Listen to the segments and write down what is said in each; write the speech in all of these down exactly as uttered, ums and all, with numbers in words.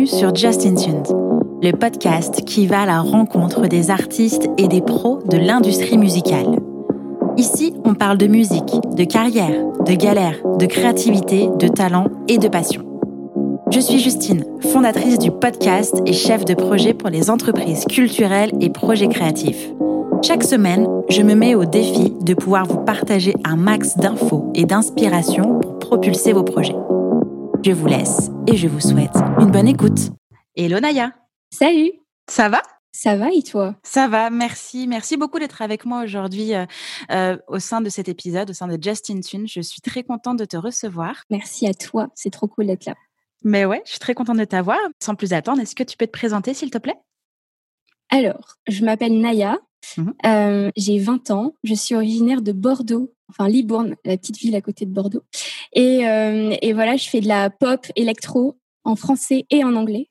bienvenue sur Just in Tunes, le podcast qui va à la rencontre des artistes et des pros de l'industrie musicale. Ici, on parle de musique, de carrière, de galère, de créativité, de talent et de passion. Je suis Justine, fondatrice du podcast et chef de projet pour les entreprises culturelles et projets créatifs. Chaque semaine, je me mets au défi de pouvoir vous partager un max d'infos et d'inspiration pour propulser vos projets. Je vous laisse et je vous souhaite une bonne écoute. Hello Naya. Salut. Ça va ? Ça va et toi ? Ça va, merci. Merci beaucoup d'être avec moi aujourd'hui euh, euh, au sein de cet épisode, au sein de Just in Tunes. Je suis très contente de te recevoir. Merci à toi, c'est trop cool d'être là. Mais ouais, je suis très contente de t'avoir. Sans plus attendre, est-ce que tu peux te présenter s'il te plaît ? Alors, je m'appelle Naya, Mhm. euh, j'ai vingt ans, je suis originaire de Bordeaux, enfin Libourne, la petite ville à côté de Bordeaux. Et, euh, et voilà, je fais de la pop électro en français et en anglais.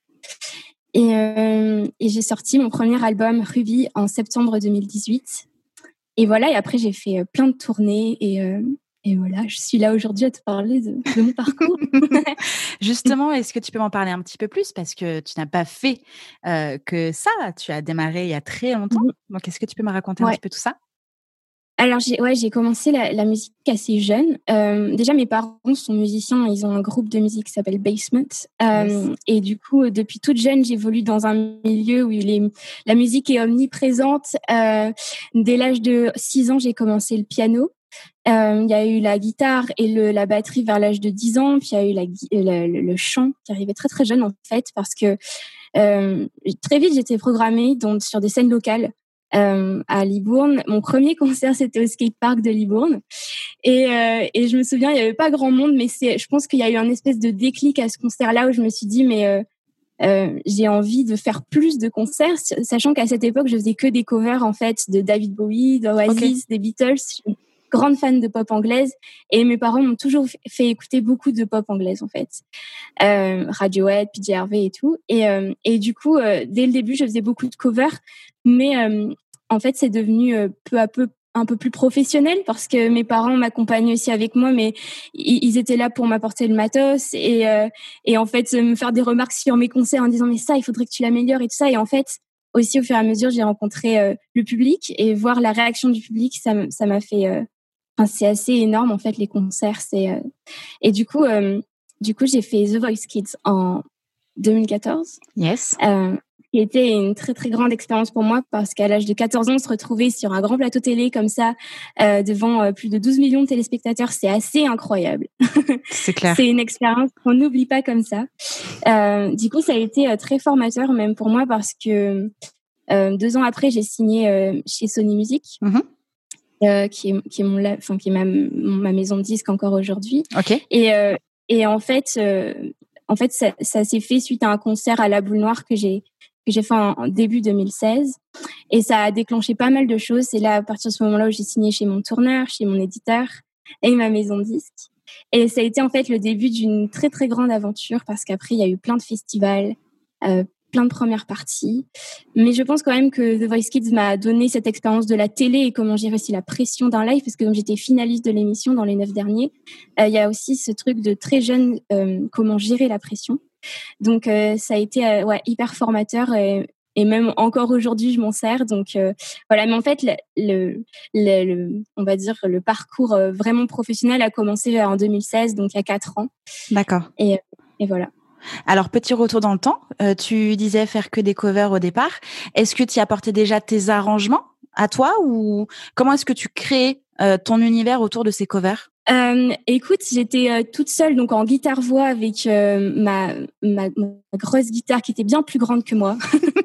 Et, euh, et j'ai sorti mon premier album Ruby en septembre deux mille dix-huit. Et voilà, et après j'ai fait plein de tournées et, euh, et voilà, je suis là aujourd'hui à te parler de, de mon parcours. Justement, est-ce que tu peux m'en parler un petit peu plus ? Parce que tu n'as pas fait euh, que ça, tu as démarré il y a très longtemps. Mhm. Donc, est-ce que tu peux me raconter Ouais. un petit peu tout ça ? Alors, j'ai, ouais, j'ai commencé la, la musique assez jeune. Euh, déjà, mes parents sont musiciens. Ils ont un groupe de musique qui s'appelle Basement. Euh, Yes. Et du coup, depuis toute jeune, j'évolue dans un milieu où les, la musique est omniprésente. Euh, dès l'âge de six ans, j'ai commencé le piano. Euh, Il y a eu la guitare et le, la batterie vers l'âge de dix ans. Puis il y a eu la, le, le, le chant qui arrivait très, très jeune, en fait, parce que euh, très vite, j'étais programmée donc, sur des scènes locales. Euh, à Libourne. Mon premier concert, c'était au skatepark de Libourne. Et, euh, et je me souviens, il n'y avait pas grand monde, mais c'est, je pense qu'il y a eu un espèce de déclic à ce concert-là où je me suis dit, mais euh, euh, j'ai envie de faire plus de concerts, sachant qu'à cette époque, je faisais que des covers, en fait, de David Bowie, d'Oasis, Ok. des Beatles. Je suis grande fan de pop anglaise et mes parents m'ont toujours fait écouter beaucoup de pop anglaise, en fait. Euh, Radiohead, P J Harvey et tout. Et, euh, et du coup, euh, dès le début, je faisais beaucoup de covers, mais euh, en fait, c'est devenu euh, peu à peu un peu plus professionnel parce que mes parents m'accompagnaient aussi avec moi, mais ils, ils étaient là pour m'apporter le matos et, euh, et en fait, me faire des remarques sur mes concerts en disant « mais ça, il faudrait que tu l'améliores » et tout ça. Et en fait, aussi, au fur et à mesure, j'ai rencontré euh, le public et voir la réaction du public, ça, ça m'a fait... Euh, enfin, c'est assez énorme, en fait, les concerts. C'est, euh... Et du coup... Euh, Du coup, j'ai fait The Voice Kids en deux mille quatorze. Yes. Euh, qui était une très, très grande expérience pour moi parce qu'à l'âge de quatorze ans, se retrouver sur un grand plateau télé comme ça, euh, devant euh, plus de douze millions de téléspectateurs, c'est assez incroyable. C'est clair. C'est une expérience qu'on n'oublie pas comme ça. Euh, du coup, ça a été euh, très formateur même pour moi parce que euh, deux ans après, j'ai signé euh, chez Sony Music. Mm-hmm. Euh, qui est, qui est, mon, enfin, qui est ma, ma maison de disques encore aujourd'hui. Ok. Et, euh, et en fait, euh, en fait ça, ça s'est fait suite à un concert à la Boule Noire que j'ai, que j'ai fait en, en début deux mille seize. Et ça a déclenché pas mal de choses. C'est là, à partir de ce moment-là, où j'ai signé chez mon tourneur, chez mon éditeur et ma maison de disques. Et ça a été en fait le début d'une très, très grande aventure parce qu'après, il y a eu plein de festivals, euh, plein de premières parties. Mais je pense quand même que The Voice Kids m'a donné cette expérience de la télé et comment gérer aussi la pression d'un live, parce que comme j'étais finaliste de l'émission dans les neuf derniers, euh, il y a aussi ce truc de très jeune, euh, comment gérer la pression. Donc, euh, ça a été euh, ouais, hyper formateur et, et même encore aujourd'hui, je m'en sers. Donc, euh, voilà. Mais en fait, le, le, le, le, on va dire, le parcours euh, vraiment professionnel a commencé en deux mille seize, donc il y a quatre ans. D'accord. Et, et voilà. Alors, petit retour dans le temps, euh, tu disais faire que des covers au départ. Est-ce que tu y apportais déjà tes arrangements à toi ou comment est-ce que tu crées euh, ton univers autour de ces covers ? Euh, écoute, j'étais euh, toute seule donc en guitare-voix avec euh, ma, ma, ma grosse guitare qui était bien plus grande que moi.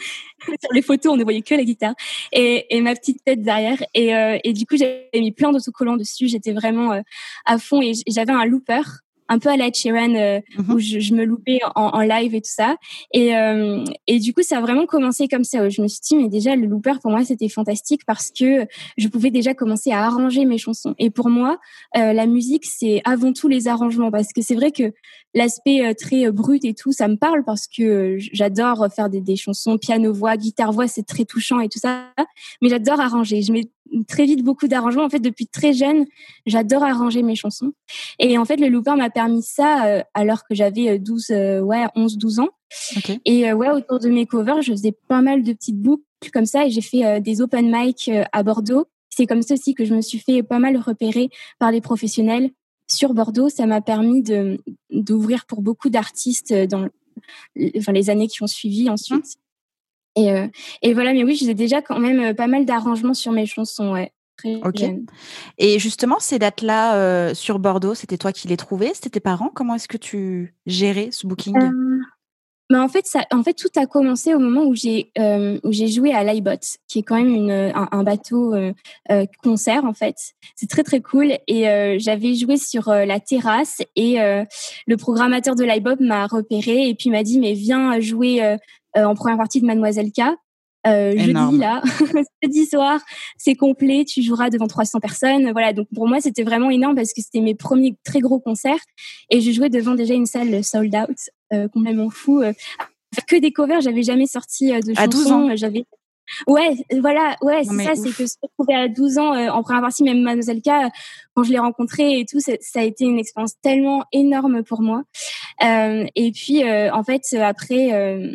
Sur les photos, on ne voyait que la guitare et, et ma petite tête derrière. Et, euh, et du coup, j'avais mis plein d'autocollants dessus. J'étais vraiment euh, à fond et j'avais un looper un peu à la Ed Sheeran, euh, mm-hmm. où je, je me loupais en, en live et tout ça. Et, euh, et du coup, ça a vraiment commencé comme ça. Je me suis dit, mais déjà, le looper, pour moi, c'était fantastique parce que je pouvais déjà commencer à arranger mes chansons. Et pour moi, euh, la musique, c'est avant tout les arrangements parce que c'est vrai que l'aspect euh, très euh, brut et tout, ça me parle parce que euh, j'adore faire des, des chansons piano-voix, guitare-voix, c'est très touchant et tout ça. Mais j'adore arranger. Je mets très vite beaucoup d'arrangements. En fait, depuis très jeune, j'adore arranger mes chansons. Et en fait, le looper m'a permis ça euh, alors que j'avais douze, euh, ouais, onze, douze ans. Okay. Et euh, ouais, autour de mes covers, je faisais pas mal de petites boucles comme ça et j'ai fait euh, des open mic euh, à Bordeaux. C'est comme ça aussi que je me suis fait pas mal repérer par les professionnels sur Bordeaux. Ça m'a permis de d'ouvrir pour beaucoup d'artistes dans enfin les années qui ont suivi ensuite. Mmh. Et, euh, et voilà, mais oui, je faisais déjà quand même pas mal d'arrangements sur mes chansons, ouais. Très Ok. jeune. Et justement, ces dates-là euh, sur Bordeaux, c'était toi qui les trouvais? C'était tes parents? Comment est-ce que tu gérais ce booking? euh, bah en fait, ça, en fait, tout a commencé au moment où j'ai euh, où j'ai joué à l'iBot, qui est quand même une, un, un bateau euh, euh, concert en fait. C'est très très cool et euh, j'avais joué sur euh, la terrasse et euh, le programmateur de l'iBot m'a repéré et puis m'a dit mais viens jouer euh, euh, en première partie de Mademoiselle K. Euh, jeudi là, jeudi soir, c'est complet, tu joueras devant trois cents personnes. Voilà, donc pour moi c'était vraiment énorme parce que c'était mes premiers très gros concerts et je jouais devant déjà une salle sold out, euh, complètement fou. Euh, que des covers, j'avais jamais sorti euh, de chansons. À douze ans. J'avais, ouais, voilà, ouais, Non, c'est ça, ouf. c'est que se retrouver à douze ans euh, en première partie, même Mademoiselle K, euh, quand je l'ai rencontrée et tout, ça, ça a été une expérience tellement énorme pour moi. Euh, et puis euh, en fait après. Euh,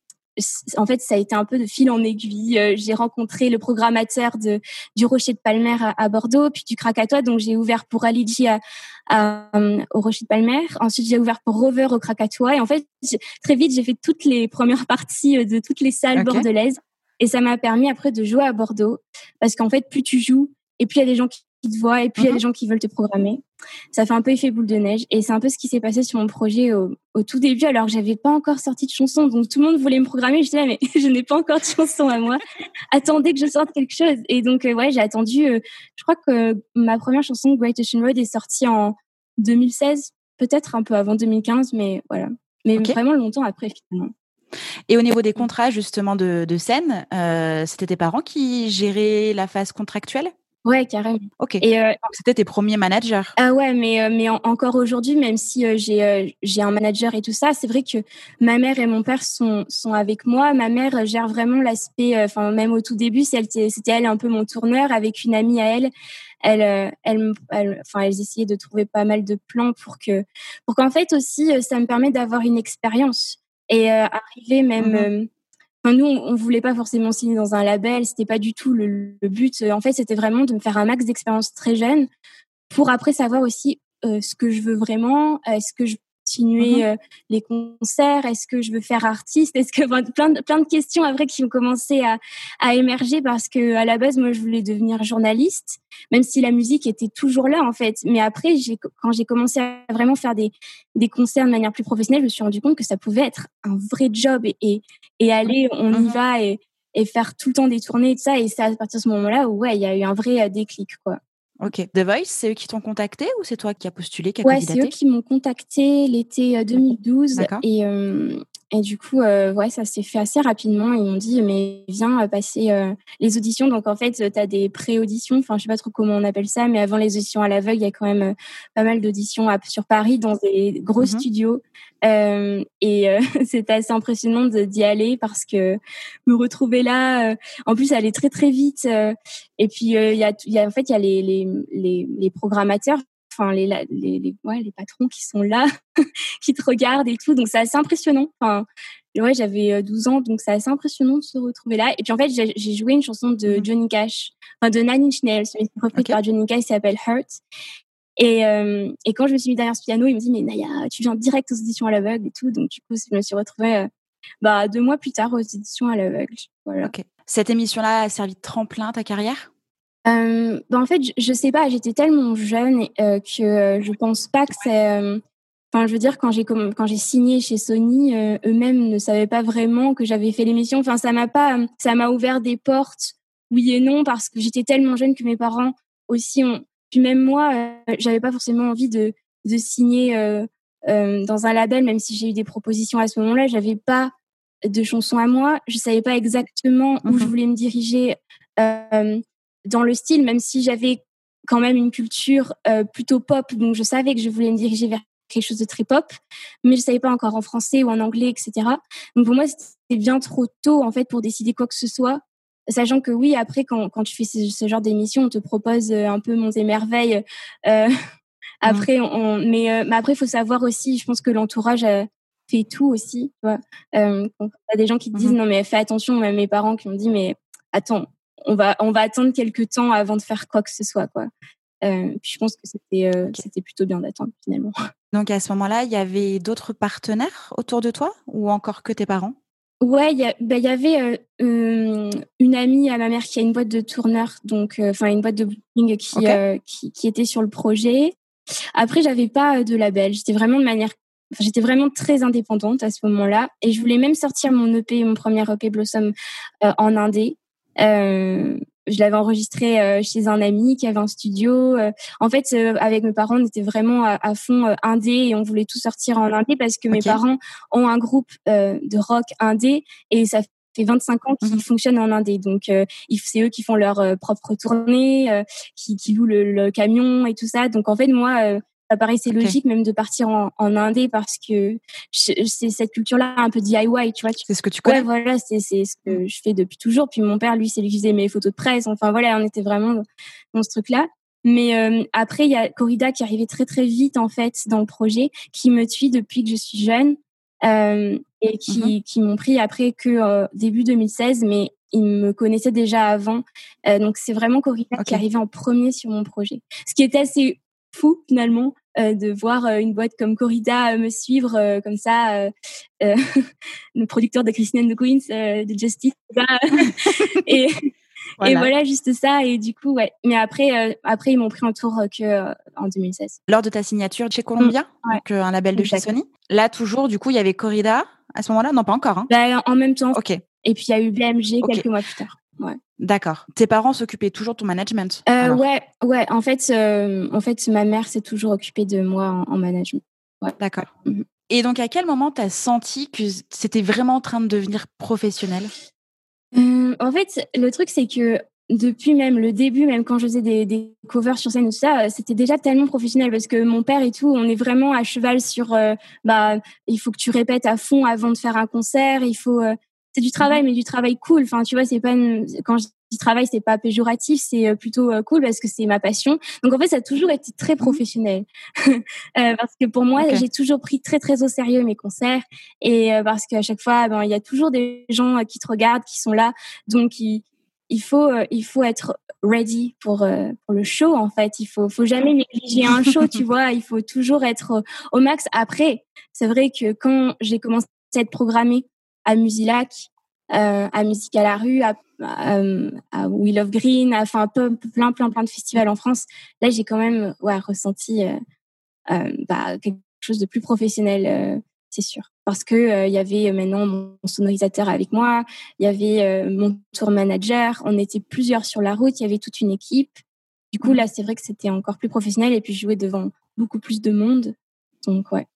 En fait, ça a été un peu de fil en aiguille. Euh, j'ai rencontré le programmateur de, du Rocher de Palmer à, à Bordeaux, puis du Krakatoa. Donc, j'ai ouvert pour Alidji à, à, au Rocher de Palmer. Ensuite, j'ai ouvert pour Rover au Krakatoa. Et en fait, très vite, j'ai fait toutes les premières parties de toutes les salles okay. bordelaises. Et ça m'a permis après de jouer à Bordeaux. Parce qu'en fait, plus tu joues, et plus il y a des gens qui te voient, et puis il mm-hmm. y a des gens qui veulent te programmer. Ça fait un peu effet boule de neige. Et c'est un peu ce qui s'est passé sur mon projet au, au tout début, alors que j'avais pas encore sorti de chanson. Donc tout le monde voulait me programmer. Je disais, mais je n'ai pas encore de chanson à moi. Attendez que je sorte quelque chose. Et donc, euh, ouais, j'ai attendu. Euh, je crois que ma première chanson, Great Ocean Road, est sortie en deux mille seize, peut-être un peu avant deux mille quinze, mais voilà. Mais okay. vraiment longtemps après, finalement. Et au niveau des contrats, justement, de, de scène, euh, c'était tes parents qui géraient la phase contractuelle ? Ouais, carrément. Ok. Et euh, donc, c'était tes premiers managers. Ah ouais, mais euh, mais en, encore aujourd'hui, même si euh, j'ai euh, j'ai un manager et tout ça, c'est vrai que ma mère et mon père sont sont avec moi. Ma mère gère vraiment l'aspect, enfin euh, même au tout début, c'était c'était elle un peu mon tourneur avec une amie à elle. Elle euh, elle elle enfin elles essayaient de trouver pas mal de plans pour que pour qu'en fait aussi ça me permet d'avoir une expérience et euh, arriver même. Mm-hmm. Euh, Enfin, nous, on, on voulait pas forcément signer dans un label, c'était pas du tout le, le but. En fait, c'était vraiment de me faire un max d'expérience très jeune pour après savoir aussi euh, ce que je veux vraiment. Est-ce que je veux continuer euh, les concerts? Est-ce que je veux faire artiste? Est-ce que enfin, plein de plein de questions après qui ont commencé à à émerger parce que à la base, moi, je voulais devenir journaliste, même si la musique était toujours là en fait. Mais après, j'ai quand j'ai commencé à vraiment faire des des concerts de manière plus professionnelle, je me suis rendu compte que ça pouvait être un vrai job et et, et aller, on y va et et faire tout le temps des tournées et tout ça. Et c'est à partir de ce moment-là où ouais, il y a eu un vrai déclic quoi. Ok. The Voice, c'est eux qui t'ont contacté ou c'est toi qui as postulé, qui as ouais, candidaté ? Ouais, c'est eux qui m'ont contacté l'été deux mille douze. D'accord. Et, euh, et du coup, euh, ouais, ça s'est fait assez rapidement. Ils m'ont dit, mais viens passer euh, les auditions. Donc, en fait, tu as des pré-auditions. Enfin, je sais pas trop comment on appelle ça, mais avant les auditions à l'aveugle, il y a quand même euh, pas mal d'auditions à, sur Paris dans des gros mm-hmm. studios. Euh, et euh, c'était assez impressionnant de, d'y aller parce que me retrouver là, euh, en plus, elle est très, très vite. Euh, et puis, il euh, y, a, y a, en fait, il y a les, les, les, les programmateurs, enfin, les, les, les, ouais, les patrons qui sont là, qui te regardent et tout. Donc, c'est assez impressionnant. Enfin, ouais, j'avais douze ans, donc c'est assez impressionnant de se retrouver là. Et puis, en fait, j'ai, j'ai joué une chanson de mmh. Johnny Cash, enfin, de Nine Inch Nails, mais c'est repris okay. par Johnny Cash, qui s'appelle Hurt. Et, euh, et quand je me suis mis derrière ce piano, il me dit, mais Naya, tu viens direct aux auditions à l'aveugle et tout. Donc, du coup, je me suis retrouvée euh, bah, deux mois plus tard aux auditions à l'aveugle. Voilà. Okay. Cette émission-là a servi de tremplin à ta carrière ? Euh, bah en fait, je, je sais pas, j'étais tellement jeune euh, que euh, je pense pas que c'est. Enfin, euh, je veux dire, quand j'ai quand j'ai signé chez Sony, euh, eux-mêmes ne savaient pas vraiment que j'avais fait l'émission. Enfin, ça m'a pas, ça m'a ouvert des portes, oui et non, parce que j'étais tellement jeune que mes parents aussi ont. Puis même moi, euh, j'avais pas forcément envie de de signer euh, euh, dans un label, même si j'ai eu des propositions à ce moment-là. J'avais pas de chansons à moi. Je savais pas exactement où mm-hmm. je voulais me diriger. Euh, dans le style, même si j'avais quand même une culture euh, plutôt pop, donc je savais que je voulais me diriger vers quelque chose de très pop, mais je savais pas encore en français ou en anglais, et cetera. Donc pour moi, c'était bien trop tôt en fait pour décider quoi que ce soit, sachant que oui, après quand quand tu fais ce, ce genre d'émission, on te propose un peu monts et merveilles. Euh, après, on, mais, euh, mais après, il faut savoir aussi, je pense que l'entourage, euh, fait tout aussi, tu vois. Euh, quand t'as des gens qui te disent, Mhm. non, mais fais attention, même mes parents qui m'ont dit, mais attends, on va, on va attendre quelques temps avant de faire quoi que ce soit, quoi. Euh, puis je pense que c'était, euh, Ok. c'était plutôt bien d'attendre, finalement. Donc, à ce moment-là, il y avait d'autres partenaires autour de toi ou encore que tes parents? Ouais, il y, a, bah, y avait euh, euh, une amie à ma mère qui a une boîte de tourneurs, donc enfin euh, une boîte de booking qui, Ok. euh, qui qui était sur le projet. Après, j'avais pas de label. J'étais vraiment de manière, enfin, j'étais vraiment très indépendante à ce moment-là, et je voulais même sortir mon E P, mon premier E P Blossom euh, en indé. Euh, je l'avais enregistré euh, chez un ami qui avait un studio. Euh, en fait, euh, avec mes parents, on était vraiment à, à fond euh, indé, et on voulait tout sortir en indé parce que mes Ok. parents ont un groupe euh, de rock indé, et ça fait vingt-cinq ans qu'ils Mhm. fonctionnent en indé. Donc, euh, c'est eux qui font leur euh, propre tournée, euh, qui, qui louent le, le camion et tout ça. Donc, en fait, moi, euh, ça paraissait Ok. logique même de partir en, en indé parce que je, c'est cette culture-là un peu D I Y, tu vois. C'est ce que tu Ouais, connais? voilà, c'est, c'est ce Mm. que je fais depuis toujours. Puis mon père, lui, c'est lui qui faisait mes photos de presse. Enfin, voilà, on était vraiment dans ce truc-là. Mais euh, après, il y a Corrida qui arrivait très, très vite, en fait, dans le projet, qui me suit depuis que je suis jeune euh, et qui, Mhm. qui m'ont pris après que euh, début deux mille seize, mais ils me connaissaient déjà avant. Euh, donc, c'est vraiment Corrida Ok. qui arrivait en premier sur mon projet. Ce qui était assez fou, finalement, euh, de voir euh, une boîte comme Corrida euh, me suivre euh, comme ça, euh, euh, le producteur de Christine and the Queens, euh, de Justice, et et Voilà. voilà, juste ça. Et du coup, ouais. Mais après, euh, après ils m'ont pris en tour euh, que euh, en deux mille seize. Lors de ta signature chez Mmh, Columbia, ouais, donc euh, un label de chez exact. Sony, là toujours, du coup, il y avait Corrida à ce moment-là? Non, pas encore, hein? Bah, en même temps. Ok. Et puis il y a eu B M G Ok. quelques mois plus tard. Ouais. D'accord. Tes parents s'occupaient toujours de ton management, Euh, alors? ouais, ouais. En fait, euh, en fait, ma mère s'est toujours occupée de moi en, en management. Ouais. D'accord. Mhm. Et donc, à quel moment tu as senti que c'était vraiment en train de devenir professionnel? Euh, en fait, le truc, c'est que depuis même le début, même quand je faisais des, des covers sur scène et tout ça, euh, c'était déjà tellement professionnel parce que mon père et tout, on est vraiment à cheval sur, euh, bah, il faut que tu répètes à fond avant de faire un concert. Il faut, euh, c'est du travail, Mhm. mais du travail cool. Enfin, tu vois, c'est pas une, quand je dis travail, c'est pas péjoratif, c'est euh, plutôt euh, cool parce que c'est ma passion. Donc en fait, ça a toujours été très Mhm. professionnel. Euh, parce que pour moi, Ok. j'ai toujours pris très très au sérieux mes concerts, et euh, parce qu'à chaque fois, ben il y a toujours des gens euh, qui te regardent, qui sont là, donc il, il faut euh, il faut être ready pour euh, pour le show. En fait, il faut faut jamais négliger un show, tu vois. Il faut toujours être au, au max. Après, c'est vrai que quand j'ai commencé à être programmée à Musilac, euh, à Musique à la rue, à, à, à Wheel of Green, à, enfin plein plein plein plein de festivals en France, là j'ai quand même ouais ressenti euh, euh, bah, quelque chose de plus professionnel, euh, c'est sûr. Parce que euh, il y avait maintenant mon sonorisateur avec moi, il y avait euh, mon tour manager, on était plusieurs sur la route, il y avait toute une équipe. Du coup, Mhm. là, c'est vrai que c'était encore plus professionnel, et puis je jouais devant beaucoup plus de monde. Donc, ouais.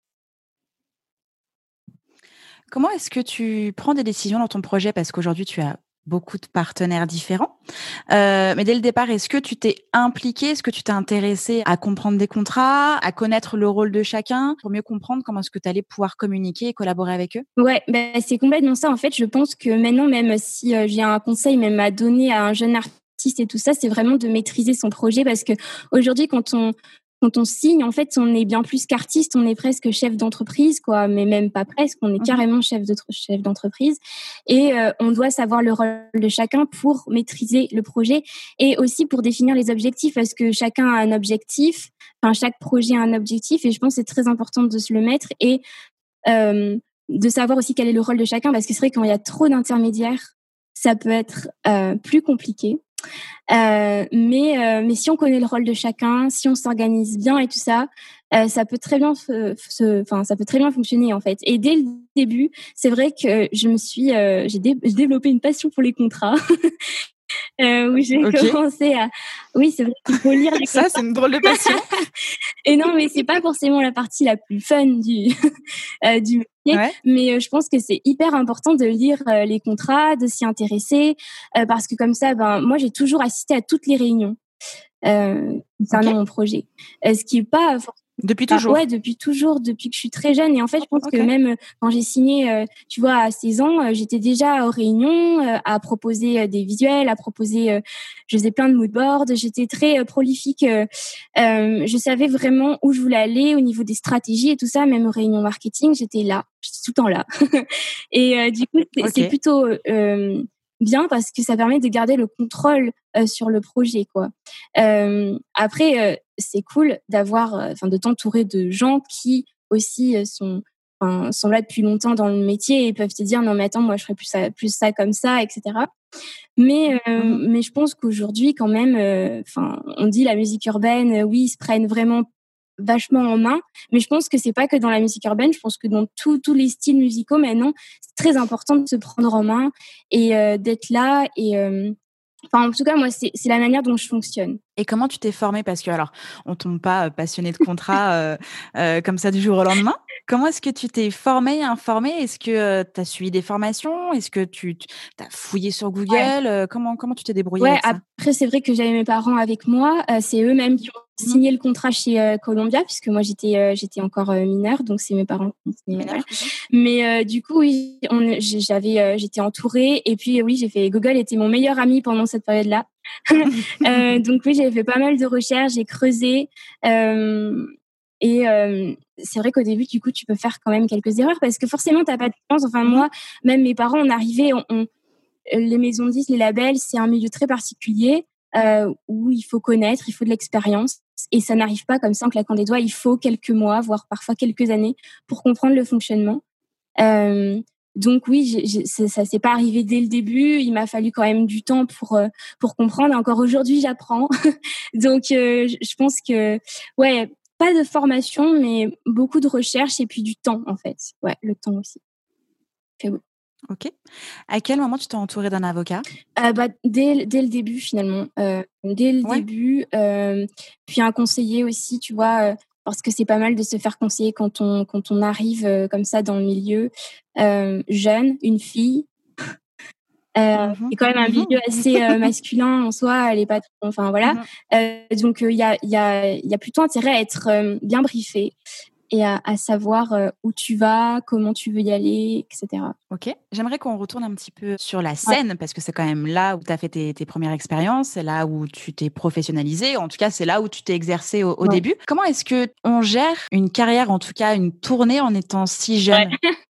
Comment est-ce que tu prends des décisions dans ton projet? Parce qu'aujourd'hui, tu as beaucoup de partenaires différents. Euh, mais dès le départ, est-ce que tu t'es impliqué? Est-ce que tu t'es intéressé à comprendre des contrats, à connaître le rôle de chacun pour mieux comprendre comment est-ce que tu allais pouvoir communiquer et collaborer avec eux? Ouais, bah, c'est complètement ça. En fait, je pense que maintenant, même si euh, j'ai un conseil même à donner à un jeune artiste et tout ça, c'est vraiment de maîtriser son projet, parce que aujourd'hui, quand on quand on signe, en fait, on est bien plus qu'artiste, on est presque chef d'entreprise, quoi. Mais même pas presque, on est Mhm. carrément chef de chef d'entreprise, et euh, on doit savoir le rôle de chacun pour maîtriser le projet, et aussi pour définir les objectifs, parce que chacun a un objectif. Enfin, chaque projet a un objectif, et je pense que c'est très important de se le mettre, et euh, de savoir aussi quel est le rôle de chacun, parce que c'est vrai que quand il y a trop d'intermédiaires, ça peut être euh, plus compliqué. Euh, mais euh, mais si on connaît le rôle de chacun, si on s'organise bien et tout ça, euh, ça peut très bien se, se, enfin ça peut très bien fonctionner, en fait. Et dès le début, c'est vrai que je me suis, euh, j'ai, dé- j'ai développé une passion pour les contrats. Euh, où j'ai Ok. commencé à, oui, c'est vrai qu'il faut lire les Ça, contrats. c'est une drôle de passion. Et non, mais c'est pas forcément la partie la plus fun du euh, du métier, Ouais. mais euh, je pense que c'est hyper important de lire euh, les contrats, de s'y intéresser, euh, parce que comme ça, ben moi j'ai toujours assisté à toutes les réunions euh, concernant Ok. mon projet, euh, ce qui est pas forcément Depuis Bah, toujours? Ouais, depuis toujours, depuis que je suis très jeune. Et en fait, je pense okay. que même quand j'ai signé, euh, tu vois, à seize ans, euh, j'étais déjà aux réunions, euh, à proposer euh, des visuels, à proposer, euh, je faisais plein de moodboards. J'étais très euh, prolifique. Euh, euh, je savais vraiment où je voulais aller au niveau des stratégies et tout ça. Même aux réunions marketing, j'étais là, j'étais tout le temps là. et euh, du coup, c'est, okay. c'est plutôt euh, bien parce que ça permet de garder le contrôle euh, sur le projet, quoi. Euh, après, euh, c'est cool d'avoir, enfin, euh, de t'entourer de gens qui aussi euh, sont, enfin, sont là depuis longtemps dans le métier et peuvent te dire non mais attends, moi je ferais plus ça, plus ça comme ça, et cetera. Mais euh, mm-hmm. mais je pense qu'aujourd'hui quand même, enfin, euh, on dit la musique urbaine, euh, oui, ils se prennent vraiment vachement en main, mais je pense que c'est pas que dans la musique urbaine, je pense que dans tous tous les styles musicaux maintenant, c'est très important de se prendre en main et euh, d'être là et euh, enfin, en tout cas, moi, c'est, c'est la manière dont je fonctionne. Et comment tu t'es formée? Parce que, alors, on tombe pas passionné de contrat euh, euh, comme ça du jour au lendemain. Comment est-ce que tu t'es formée, informée? Est-ce que euh, tu as suivi des formations? Est-ce que tu as fouillé sur Google? Ouais. euh, comment, comment tu t'es débrouillée Ouais, avec ça? après, c'est vrai que j'avais mes parents avec moi. Euh, c'est eux-mêmes qui ont signé le contrat chez euh, Columbia, puisque moi, j'étais, euh, j'étais encore euh, mineure, donc c'est mes parents qui ont signé. Voilà. Mais euh, du coup, oui, on, j'avais, euh, j'étais entourée. Et puis, oui, j'ai fait Google était mon meilleur ami pendant cette période-là. euh, donc, oui, j'ai fait pas mal de recherches, j'ai creusé. Euh, et euh, c'est vrai qu'au début, du coup, tu peux faire quand même quelques erreurs parce que forcément, t'as pas de chance. Enfin, moi, même mes parents, on arrivait, on, on les maisons de disques, les labels, c'est un milieu très particulier euh, où il faut connaître, il faut de l'expérience. Et ça n'arrive pas comme ça en claquant des doigts. Il faut quelques mois, voire parfois quelques années pour comprendre le fonctionnement. Euh, donc oui, j'ai, j'ai, ça, ça s'est pas arrivé dès le début. Il m'a fallu quand même du temps pour euh, pour comprendre. Et encore aujourd'hui, j'apprends. donc euh, je pense que ouais, pas de formation, mais beaucoup de recherche et puis du temps en fait. Ouais, le temps aussi. Fait oui. Ok. À quel moment tu t'es entourée d'un avocat? euh, bah, dès, dès le début, finalement. Euh, dès le ouais. début. Euh, puis un conseiller aussi, tu vois, euh, parce que c'est pas mal de se faire conseiller quand on, quand on arrive euh, comme ça dans le milieu. Euh, jeune, une fille. Euh, mm-hmm. C'est quand même un milieu assez euh, masculin en soi. Elle est pas, enfin voilà. Mm-hmm. Euh, donc il euh, y a, y a, y a plutôt intérêt à être euh, bien briefé. Et à, à savoir euh, où tu vas, comment tu veux y aller, et cetera. Ok. J'aimerais qu'on retourne un petit peu sur la scène, ouais. Parce que c'est quand même là où tu as fait tes, tes premières expériences, c'est là où tu t'es professionnalisée, en tout cas, c'est là où tu t'es exercée au, au ouais. début. Comment est-ce qu'on gère une carrière, en tout cas une tournée, en étant si jeune?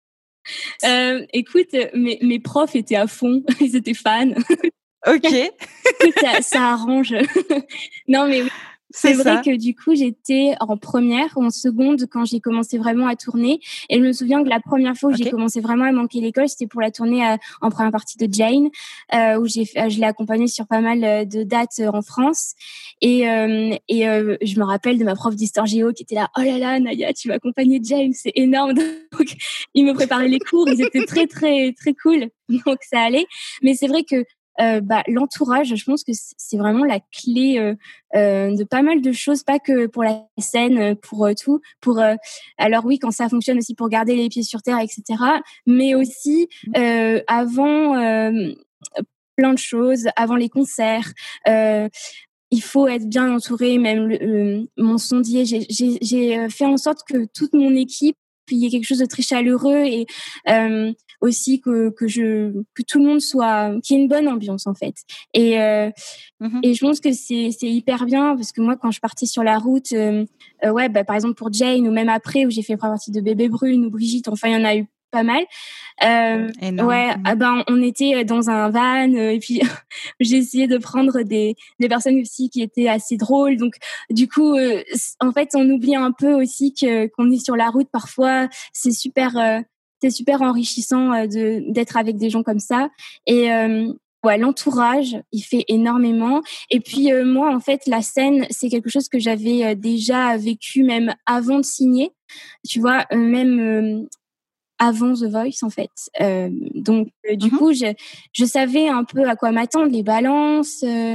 Ouais. euh, Écoute, mes, mes profs étaient à fond, ils étaient fans. Ok. ça, ça arrange. Non, mais oui. C'est, c'est vrai que du coup, j'étais en première ou en seconde quand j'ai commencé vraiment à tourner. Et je me souviens que la première fois où okay. j'ai commencé vraiment à manquer l'école, c'était pour la tournée à, en première partie de Jane, euh, où j'ai, je l'ai accompagnée sur pas mal de dates en France. Et, euh, et euh, je me rappelle de ma prof d'histoire géo qui était là, oh là là, Naya, tu vas accompagner Jane, c'est énorme. Donc, ils me préparaient les cours, ils étaient très, très, très cool. Donc, ça allait. Mais c'est vrai que Euh, bah, l'entourage, je pense que c'est vraiment la clé euh, euh, de pas mal de choses, pas que pour la scène, pour euh, tout. Pour euh, alors oui, quand ça fonctionne aussi pour garder les pieds sur terre, et cetera. Mais aussi euh, avant euh, plein de choses, avant les concerts. Euh, il faut être bien entouré. Même le, euh, mon sondier, j'ai, j'ai, j'ai fait en sorte que toute mon équipe, il y ait quelque chose de très chaleureux et euh, aussi que que je que tout le monde soit qu'il y ait une bonne ambiance en fait. Et euh, mm-hmm. et je pense que c'est c'est hyper bien parce que moi quand je partais sur la route, euh, euh, ouais, bah par exemple pour Jane ou même après où j'ai fait partie de Bébé Brune ou Brigitte, enfin il y en a eu pas mal. Euh, ouais, mmh. ah ben on était dans un van euh, et puis j'ai essayé de prendre des des personnes aussi qui étaient assez drôles. Donc du coup, euh, en fait, on oublie un peu aussi que qu'on est sur la route parfois. C'est super, euh, c'est super enrichissant euh, de d'être avec des gens comme ça. Et euh, ouais, l'entourage, il fait énormément. Et puis euh, moi, en fait, la scène, c'est quelque chose que j'avais euh, déjà vécu même avant de signer. Tu vois, euh, même euh, avant The Voice en fait. Euh, donc euh, du mm-hmm. coup, je, je savais un peu à quoi m'attendre, les balances, euh,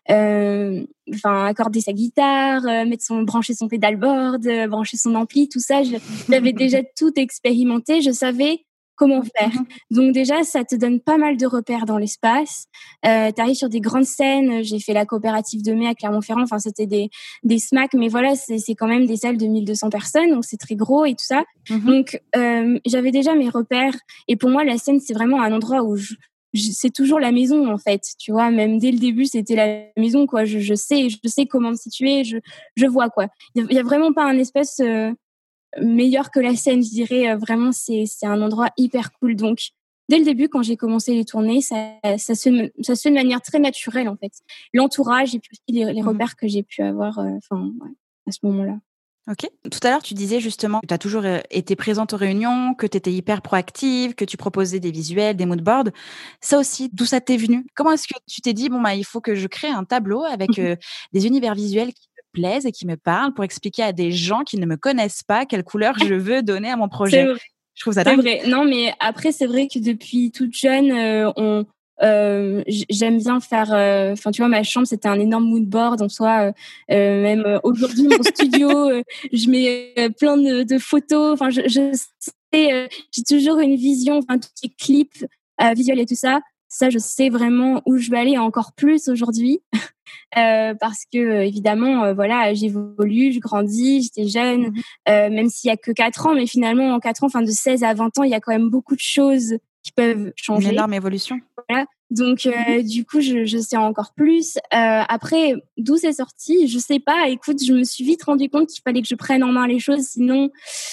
euh, enfin accorder sa guitare, euh, mettre son brancher son pédalboard, euh, brancher son ampli, tout ça. Je, j'avais déjà tout expérimenté. Je savais comment faire. Mmh. Donc déjà, ça te donne pas mal de repères dans l'espace. Euh, tu arrives sur des grandes scènes. J'ai fait la coopérative de mai à Clermont-Ferrand. Enfin, c'était des des S M A C, mais voilà, c'est c'est quand même des salles de mille deux cents personnes, donc c'est très gros et tout ça. Mmh. Donc euh, j'avais déjà mes repères. Et pour moi, la scène, c'est vraiment un endroit où je Je, c'est toujours la maison en fait, tu vois. Même dès le début, c'était la maison, quoi. Je, je sais, je sais comment me situer. Je, je vois quoi. Il y, y a vraiment pas un espace euh, meilleur que la scène, je dirais. Euh, vraiment, c'est, c'est un endroit hyper cool. Donc, dès le début, quand j'ai commencé les tournées, ça, ça se, ça se fait de manière très naturelle en fait. L'entourage et puis aussi les, les Mmh. repères que j'ai pu avoir. Enfin, euh, ouais, à ce moment-là. OK. Tout à l'heure, tu disais justement que tu as toujours, heu, été présente aux réunions, que tu étais hyper proactive, que tu proposais des visuels, des mood boards. Ça aussi, d'où ça t'est venu? Comment est-ce que tu t'es dit: «Bon, bah, il faut que je crée un tableau avec, heu, des univers visuels qui me plaisent et qui me parlent pour expliquer à des gens qui ne me connaissent pas quelle couleur je veux donner à mon C'est projet». vrai. Je trouve ça C'est dingue. vrai. Non, mais après, c'est vrai que depuis toute jeune, heu, on heu, j j'aime bien faire, heu, enfin, tu vois, ma chambre, c'était un énorme mood board en soi, heu heu, même, heu, aujourd'hui, mon studio, heu, je mets, heu, plein de de photos. Enfin, je je sais, heu, j'ai toujours une vision, enfin, tout ce qui est clips, heu, visuels et tout ça, ça, je sais vraiment où je veux aller, encore plus aujourd'hui. Heu, parce que, heu, évidemment, heu, voilà, j'évolue, je grandis, j'étais jeune, Mmh. heu, même s'il y a que quatre ans, mais finalement en quatre ans, enfin de seize à vingt ans, il y a quand même beaucoup de choses qui peuvent Une changer. énorme évolution. Voilà, donc Mmh. heu, du coup, je je sais encore plus. Heu, après, d'où c'est sorti? Je sais pas. Écoute, je me suis vite rendu compte qu'il fallait que je prenne en main les choses, sinon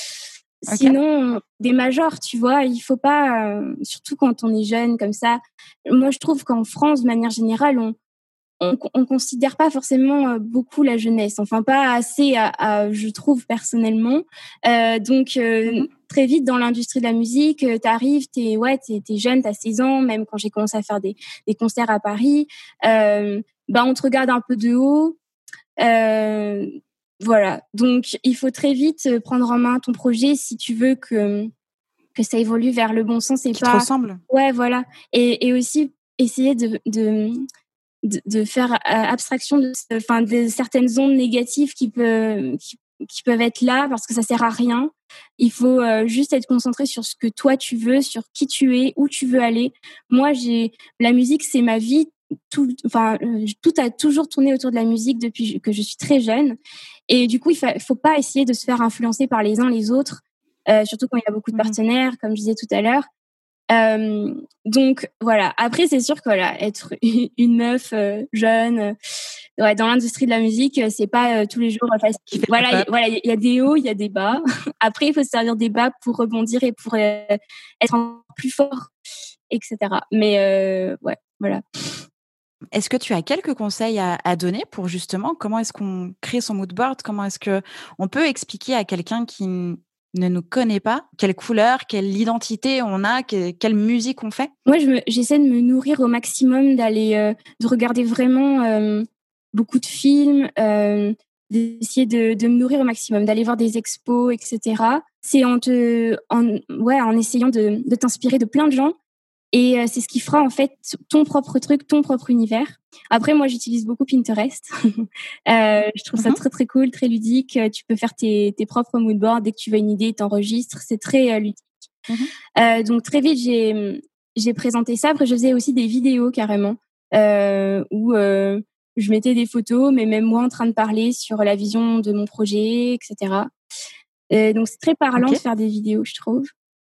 OK. sinon des majors, tu vois? Il faut pas, heu, surtout quand on est jeune comme ça. Moi, je trouve qu'en France, de manière générale, on on on considère pas forcément, heu, beaucoup la jeunesse, enfin pas assez à à je trouve personnellement. Heu, donc heu, Mmh. très vite dans l'industrie de la musique, heu, tu arrives, tu es ouais, tu es tu es jeune, tu as seize ans, même quand j'ai commencé à faire des des concerts à Paris, hem, bah, on te regarde un peu de haut, heu, voilà. Donc il faut très vite, heu, prendre en main ton projet si tu veux que que ça évolue vers le bon sens et Qui te pas ressemble? ouais, voilà, et et aussi essayer de de de, de faire euh, abstraction de, enfin, de certaines ondes négatives qui, peut, qui, qui peuvent être là parce que ça sert à rien. Il faut euh, juste être concentré sur ce que toi tu veux, sur qui tu es, où tu veux aller. Moi, j'ai la musique, c'est ma vie. Tout, enfin, euh, tout a toujours tourné autour de la musique depuis que je suis très jeune. Et du coup, il ne faut pas essayer de se faire influencer par les uns les autres, euh, surtout quand il y a beaucoup de Mmh. partenaires, comme je disais tout à l'heure. Euh, donc voilà. Après, c'est sûr que voilà, être une meuf euh, jeune, euh, ouais, dans l'industrie de la musique, euh, c'est pas euh, tous les jours euh, Qui facile. fait le Voilà, y, pop. voilà, il y a des hauts, il y a des bas. Après, il faut se servir des bas pour rebondir et pour euh, être encore plus fort, et cetera. Mais euh, ouais, voilà. Est-ce que tu as quelques conseils à à donner pour justement comment est-ce qu'on crée son mood board? Comment est-ce qu'on peut expliquer à quelqu'un qui n ne nous connaît pas, quelle couleur, quelle identité on a, que quelle musique on fait? Moi, je me, j'essaie de me nourrir au maximum, d'aller, euh, de regarder vraiment euh, beaucoup de films, euh, d'essayer de, de me nourrir au maximum, d'aller voir des expos, et cetera. C'est en te, en, ouais, en essayant de, de t'inspirer de plein de gens. Et euh, c'est ce qui fera en fait ton propre truc, ton propre univers. Après, moi, j'utilise beaucoup Pinterest. euh, je trouve ça Mmh. très très cool, très ludique. Euh, Tu peux faire tes, tes propres moodboards dès que tu vois une idée, t'enregistres. C'est très euh, ludique. Mmh. Euh, donc très vite, j'ai j'ai présenté ça. Après, je faisais aussi des vidéos carrément euh, où euh, je mettais des photos, mais même moi en train de parler sur la vision de mon projet, et cetera. Euh, donc c'est très parlant de OK. faire des vidéos, je trouve.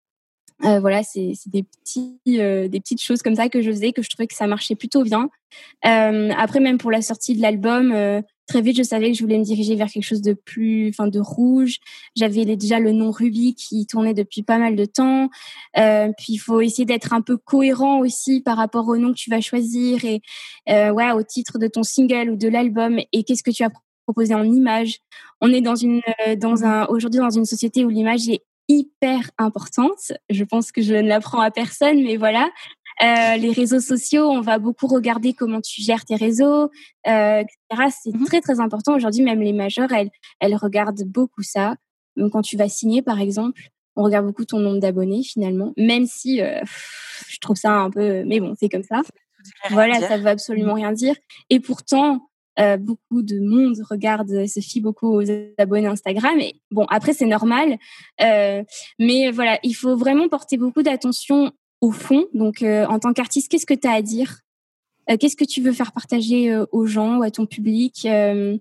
Euh, voilà, c'est c'est des petits euh, des petites choses comme ça que je faisais, que je trouvais que ça marchait plutôt bien. Euh, après, même pour la sortie de l'album, euh, très vite, je savais que je voulais me diriger vers quelque chose de plus, enfin, de rouge. J'avais les- déjà le nom Ruby qui tournait depuis pas mal de temps. Euh, puis, il faut essayer d'être un peu cohérent aussi par rapport au nom que tu vas choisir et euh, ouais, au titre de ton single ou de l'album et qu'est-ce que tu as proposé en image. On est dans une, euh, dans Mmh. un, aujourd'hui dans une société où l'image est hyper importante. Je pense que je ne l'apprends à personne, mais voilà. Euh, les réseaux sociaux, on va beaucoup regarder comment tu gères tes réseaux, euh, et cetera. C'est Mmh. très très important aujourd'hui. Même les majors, elles, elles regardent beaucoup ça. Donc quand tu vas signer, par exemple, on regarde beaucoup ton nombre d'abonnés finalement. Même si euh, je trouve ça un peu, mais bon, c'est comme ça. Ça ne voudrait rien Voilà, dire. ça veut Mmh. absolument rien dire. Et pourtant, euh, beaucoup de monde regarde, se fie beaucoup aux abonnés Instagram. Et bon, après, c'est normal. Euh, mais voilà, il faut vraiment porter beaucoup d'attention au fond. Donc, euh, en tant qu'artiste, qu'est-ce que tu as à dire? Euh, qu'est-ce que tu veux faire partager euh, aux gens ou à ton public? euh,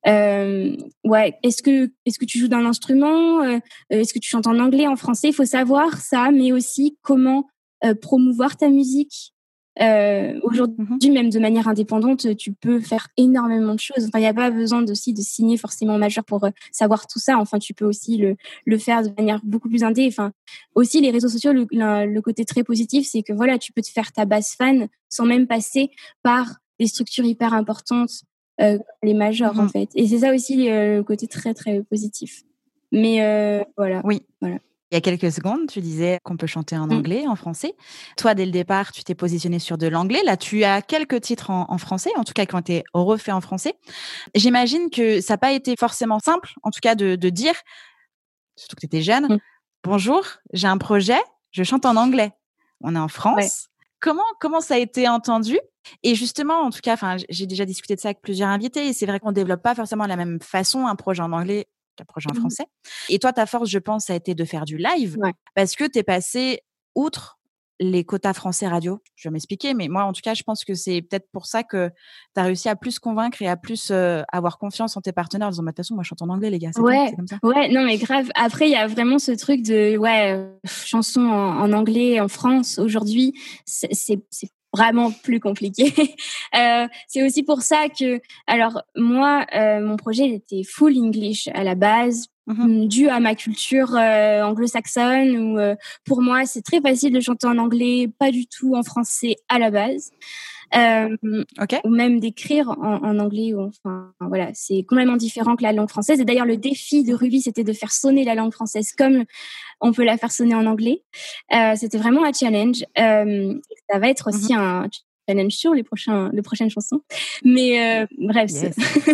euh, ouais, est-ce que est-ce que tu joues d'un instrument? euh, Est-ce que tu chantes en anglais, en français? Il faut savoir ça, mais aussi comment euh, promouvoir ta musique. Euh, aujourd'hui, Mm-hmm. même de manière indépendante, tu peux faire énormément de choses. Enfin, il n'y a pas besoin aussi de signer forcément majeur pour euh, savoir tout ça. Enfin, tu peux aussi le le faire de manière beaucoup plus indé. Enfin, aussi les réseaux sociaux, le, le, le côté très positif, c'est que voilà, tu peux te faire ta base fan sans même passer par des structures hyper importantes, euh, les majors Mm-hmm. en fait. Et c'est ça aussi euh, le côté très très positif. Mais euh, voilà. Oui. Voilà. Il y a quelques secondes, tu disais qu'on peut chanter en anglais, mmh. en français. Toi, dès le départ, tu t'es positionné sur de l'anglais. Là, tu as quelques titres en, en français, en tout cas qui ont été refaits en français. J'imagine que ça n'a pas été forcément simple, en tout cas, de, de dire, surtout que tu étais jeune, mmh. bonjour, j'ai un projet, je chante en anglais. On est en France. Ouais. Comment, comment ça a été entendu? Et justement, en tout cas, j'ai déjà discuté de ça avec plusieurs invités et c'est vrai qu'on ne développe pas forcément de la même façon un projet en anglais qu'un projet en français. Mmh. Et toi, ta force, je pense, ça a été de faire du live ouais. parce que tu es passé outre les quotas français radio. Je vais m'expliquer, mais moi, en tout cas, je pense que c'est peut-être pour ça que tu as réussi à plus convaincre et à plus euh, avoir confiance en tes partenaires en disant, de toute façon, moi, je chante en anglais, les gars. C'est, ouais, comme, c'est comme ça. Ouais, non, mais grave. Après, il y a vraiment ce truc de, ouais, euh, chanson en, en anglais en France aujourd'hui, c'est, c'est, c'est vraiment plus compliqué. euh, c'est aussi pour ça que, alors moi, euh, mon projet il était full English à la base, mm-hmm. dû à ma culture euh, anglo-saxonne. Où euh, pour moi, c'est très facile de chanter en anglais, pas du tout en français à la base. Euh, okay. Ou même d'écrire en, en anglais. Ou enfin, voilà, c'est complètement différent que la langue française. Et d'ailleurs, le défi de Ruby, c'était de faire sonner la langue française comme on peut la faire sonner en anglais. Euh, c'était vraiment un challenge. Euh, ça va être aussi mm-hmm. un challenge sur les prochains, les prochaines chansons. Mais euh, bref. Yes.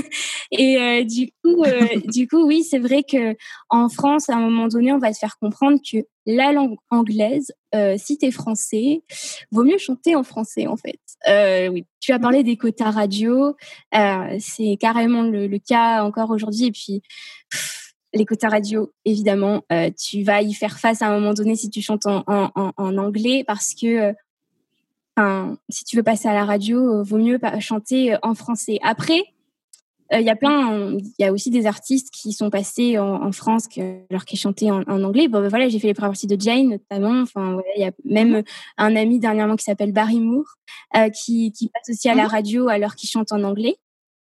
Et euh, du coup, euh, du coup, oui, c'est vrai que en France, à un moment donné, on va te faire comprendre que la langue anglaise, euh, si t'es français, vaut mieux chanter en français, en fait. Euh, oui, tu as parlé des quotas radio, euh, c'est carrément le, le cas encore aujourd'hui. Et puis, pff, les quotas radio, évidemment, euh, tu vas y faire face à un moment donné si tu chantes en, en, en anglais, parce que, enfin, euh, si tu veux passer à la radio, euh, vaut mieux chanter en français. Après, il euh, y a plein, il y a aussi des artistes qui sont passés en, en France que, alors qu'ils chantaient en, en anglais. Bon, ben voilà, j'ai fait les premières parties de Jane notamment. Enfin, il ouais, y a même mm-hmm. un ami dernièrement qui s'appelle Barry Moore euh, qui, qui passe aussi à mm-hmm. la radio alors qu'il chante en anglais.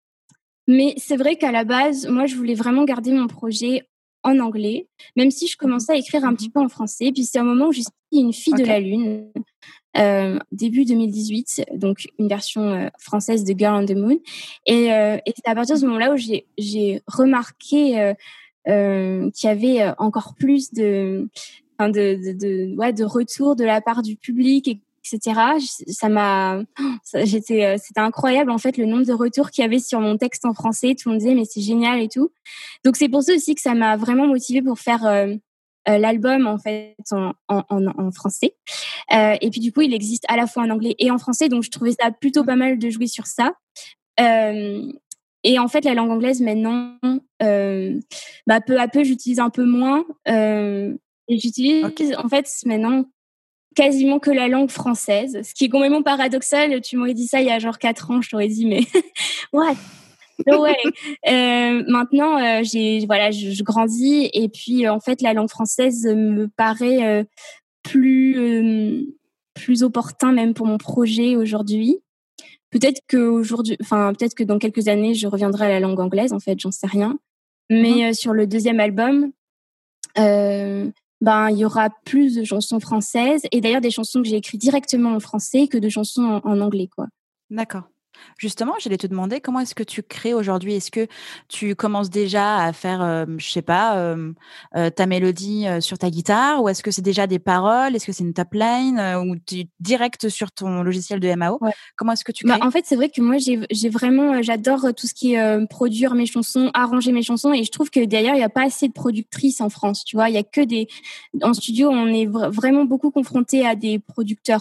Mais c'est vrai qu'à la base, moi, je voulais vraiment garder mon projet en anglais, même si je commençais à écrire un mm-hmm. petit peu en français. Puis c'est un moment où j'ai sorti Une fille okay. de la lune. Euh, début deux mille dix-huit, donc une version euh, française de Girl on the Moon. Et, euh, et c'est à partir de ce moment-là où j'ai, j'ai remarqué euh, euh, qu'il y avait encore plus de, enfin de, de, de, ouais, de retours de la part du public, et cetera. Ça m'a, ça, j'étais, c'était incroyable en fait le nombre de retours qu'il y avait sur mon texte en français. Tout le monde disait mais c'est génial et tout. Donc c'est pour ça aussi que ça m'a vraiment motivée pour faire euh, Euh, l'album en fait en, en, en français euh, et puis du coup il existe à la fois en anglais et en français, donc je trouvais ça plutôt pas mal de jouer sur ça euh, et en fait la langue anglaise maintenant euh, bah, peu à peu j'utilise un peu moins euh, et j'utilise okay. en fait maintenant quasiment que la langue française, ce qui est complètement paradoxal. Tu m'aurais dit ça il y a genre quatre ans, je t'aurais dit mais what. Ouais. Euh, maintenant, euh, j'ai voilà, je, je grandis et puis euh, en fait, la langue française me paraît euh, plus euh, plus opportun même pour mon projet aujourd'hui. Peut-être que aujourd'hui, enfin peut-être que dans quelques années, je reviendrai à la langue anglaise. En fait, j'en sais rien. Mais mm-hmm. euh, sur le deuxième album, euh, ben il y aura plus de chansons françaises et d'ailleurs des chansons que j'ai écrites directement en français que de chansons en, en anglais, quoi. D'accord. Justement, j'allais te demander comment est-ce que tu crées aujourd'hui? Est-ce que tu commences déjà à faire, euh, je sais pas, euh, euh, ta mélodie euh, sur ta guitare, ou est-ce que c'est déjà des paroles? Est-ce que c'est une top line euh, ou tu es direct sur ton logiciel de M A O? Ouais. Comment est-ce que tu crées? Bah, en fait, c'est vrai que moi, j'ai, j'ai vraiment, j'adore tout ce qui est euh, produire mes chansons, arranger mes chansons, et je trouve que d'ailleurs, il n'y a pas assez de productrices en France. Tu vois, il y a que des en studio, on est v- vraiment beaucoup confronté à des producteurs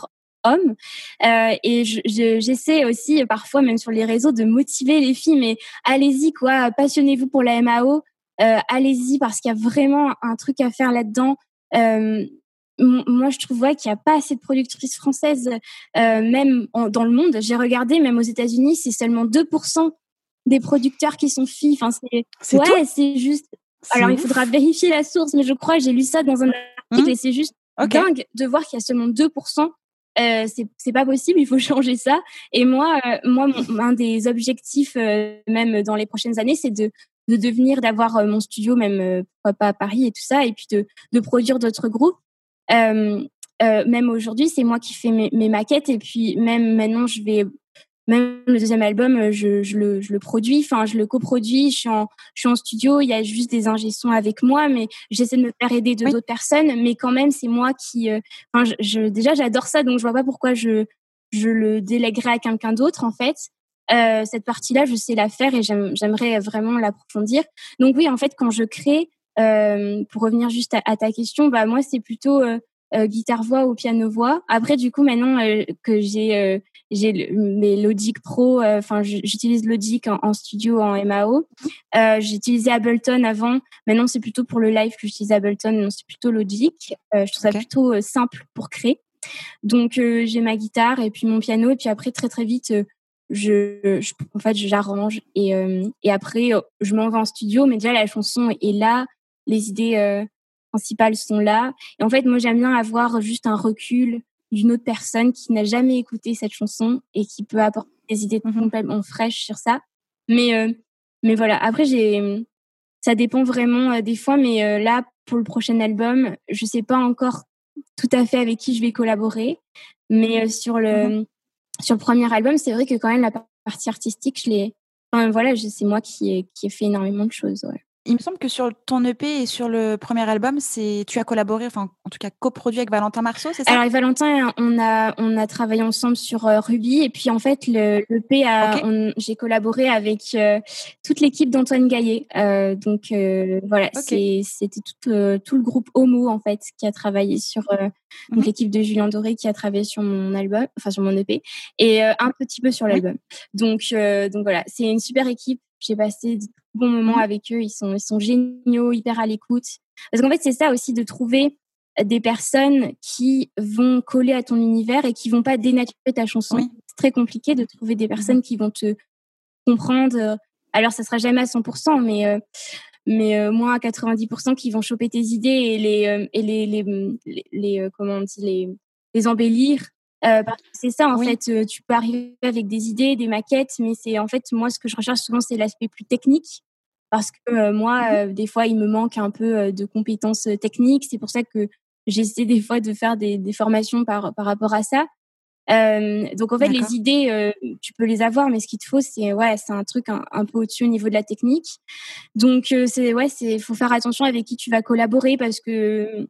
hommes. Euh, et je, je, j'essaie aussi parfois, même sur les réseaux, de motiver les filles. Mais allez-y, quoi, passionnez-vous pour la M A O. Euh, allez-y, parce qu'il y a vraiment un truc à faire là-dedans. Euh, Moi, je trouve ouais, qu'il n'y a pas assez de productrices françaises, euh, même en, dans le monde. J'ai regardé, même aux États-Unis, c'est seulement deux pour cent des producteurs qui sont filles. Enfin, c'est, c'est ouais, tout c'est juste. c'est Alors, ouf. il faudra vérifier la source, mais je crois que j'ai lu ça dans un article mmh. et c'est juste okay. dingue de voir qu'il y a seulement deux pour cent. Euh, c'est, c'est pas possible, il faut changer ça. Et moi, euh, moi, mon, un des objectifs, euh, même dans les prochaines années, c'est de de devenir, d'avoir euh, mon studio, même euh, pourquoi pas à Paris et tout ça, et puis de de produire d'autres groupes. Euh, euh, même aujourd'hui, c'est moi qui fais mes, mes maquettes, et puis même maintenant, je vais même le deuxième album, je, je le je le produis, enfin je le coproduis. Je suis en je suis en studio, il y a juste des ingé sons avec moi, mais j'essaie de me faire aider de oui. d'autres personnes, mais quand même c'est moi qui, enfin euh, je, je déjà j'adore ça, donc je vois pas pourquoi je je le délèguerais à quelqu'un d'autre en fait. Euh, cette partie-là, je sais la faire et j'aime, j'aimerais vraiment l'approfondir. Donc oui, en fait, quand je crée, euh, pour revenir juste à, à ta question, bah moi c'est plutôt euh, euh, guitare-voix ou piano-voix. Après, du coup, maintenant euh, que j'ai euh, j'ai le, mes Logic Pro, enfin euh, j'utilise Logic en, en studio en M A O. Euh, j'ai utilisé Ableton avant. Maintenant, c'est plutôt pour le live que j'utilise Ableton. Non, c'est plutôt Logic. Euh, je trouve okay. ça plutôt euh, simple pour créer. Donc euh, j'ai ma guitare et puis mon piano, et puis après très très vite. Euh, Je, je, en fait, j'arrange et, euh, et après, je m'en vais en studio, mais déjà, la chanson est là, les idées euh, principales sont là. Et en fait, moi, j'aime bien avoir juste un recul d'une autre personne qui n'a jamais écouté cette chanson et qui peut apporter des idées mm-hmm. complètement fraîches sur ça. Mais, euh, mais voilà, après, j'ai, ça dépend vraiment euh, des fois, mais euh, là, pour le prochain album, je sais pas encore tout à fait avec qui je vais collaborer, mais euh, sur le... Mm-hmm. Sur le premier album, c'est vrai que quand même la partie artistique, je l'ai. Enfin voilà, je, c'est moi qui ai qui ai fait énormément de choses. Ouais. Il me semble que sur ton E P et sur le premier album, c'est tu as collaboré, enfin en tout cas coproduit avec Valentin Marceau, c'est ça? Alors avec Valentin, on a on a travaillé ensemble sur euh, Ruby, et puis en fait le l'E P a, okay. on, j'ai collaboré avec euh, toute l'équipe d'Antoine Gaillet. Euh, donc euh, voilà, okay. c'est c'était tout euh, tout le groupe Homo en fait qui a travaillé sur euh, mm-hmm. donc l'équipe de Julien Doré qui a travaillé sur mon album, enfin sur mon E P, et euh, un petit peu sur l'album. Oui. Donc euh, donc voilà, c'est une super équipe. J'ai passé de bons moments mmh. avec eux. Ils sont, ils sont géniaux, hyper à l'écoute. Parce qu'en fait, c'est ça aussi, de trouver des personnes qui vont coller à ton univers et qui vont pas dénaturer ta chanson. Oui. C'est très compliqué de trouver des personnes mmh. qui vont te comprendre. Alors, ça sera jamais à cent pour cent, mais, euh, mais euh, moins à quatre-vingt-dix pour cent qui vont choper tes idées et les, euh, et les, les, les, les, les euh, comment on dit, les, les embellir. Euh, parce que c'est ça, en oui. fait, euh, tu peux arriver avec des idées, des maquettes, mais c'est en fait, moi, ce que je recherche souvent, c'est l'aspect plus technique, parce que euh, moi, mmh. euh, des fois, il me manque un peu euh, de compétences techniques. C'est pour ça que j'essaie des fois de faire des, des formations par, par rapport à ça. Euh, donc, en fait, D'accord. les idées, euh, tu peux les avoir, mais ce qu'il te faut, c'est, ouais, c'est un truc un, un peu au-dessus au niveau de la technique. Donc, euh, c'est, ouais, c'est, faut faire attention avec qui tu vas collaborer, parce que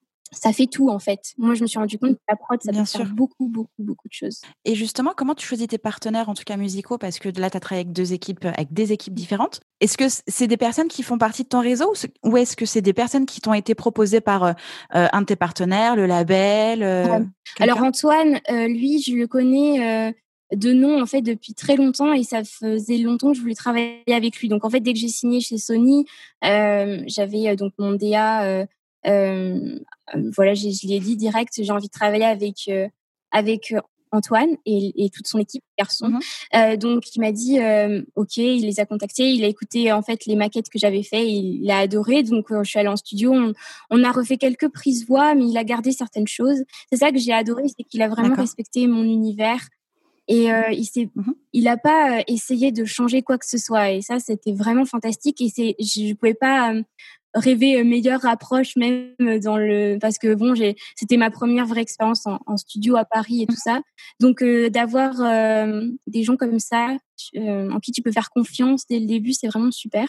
ça fait tout, en fait. Moi, je me suis rendu compte que la prod, ça Bien peut sûr. faire beaucoup, beaucoup, beaucoup de choses. Et justement, comment tu choisis tes partenaires, en tout cas musicaux? Parce que là, tu as travaillé avec deux équipes, avec des équipes différentes. Est-ce que c'est des personnes qui font partie de ton réseau, ou est-ce que c'est des personnes qui t'ont été proposées par euh, un de tes partenaires, le label euh, euh, Alors, Antoine, euh, lui, je le connais euh, de nom, en fait, depuis très longtemps, et ça faisait longtemps que je voulais travailler avec lui. Donc, en fait, dès que j'ai signé chez Sony, euh, j'avais euh, donc mon D A... Euh, Euh, voilà, je, je lui ai dit direct, j'ai envie de travailler avec euh, avec Antoine et, et toute son équipe garçon. Mm-hmm. Euh, donc il m'a dit euh, ok, il les a contactés, il a écouté en fait les maquettes que j'avais fait, il l'a adoré. Donc euh, je suis allée en studio, on, on a refait quelques prises voix, mais il a gardé certaines choses. C'est ça que j'ai adoré, c'est qu'il a vraiment D'accord. respecté mon univers. Et euh, il s'est, mm-hmm. il a pas euh, essayé de changer quoi que ce soit. Et ça, c'était vraiment fantastique. Et c'est, je pouvais pas euh, rêver meilleure approche, même dans le, parce que bon, j'ai, c'était ma première vraie expérience en, en studio à Paris et tout ça. Donc euh, d'avoir euh, des gens comme ça euh, en qui tu peux faire confiance dès le début, c'est vraiment super.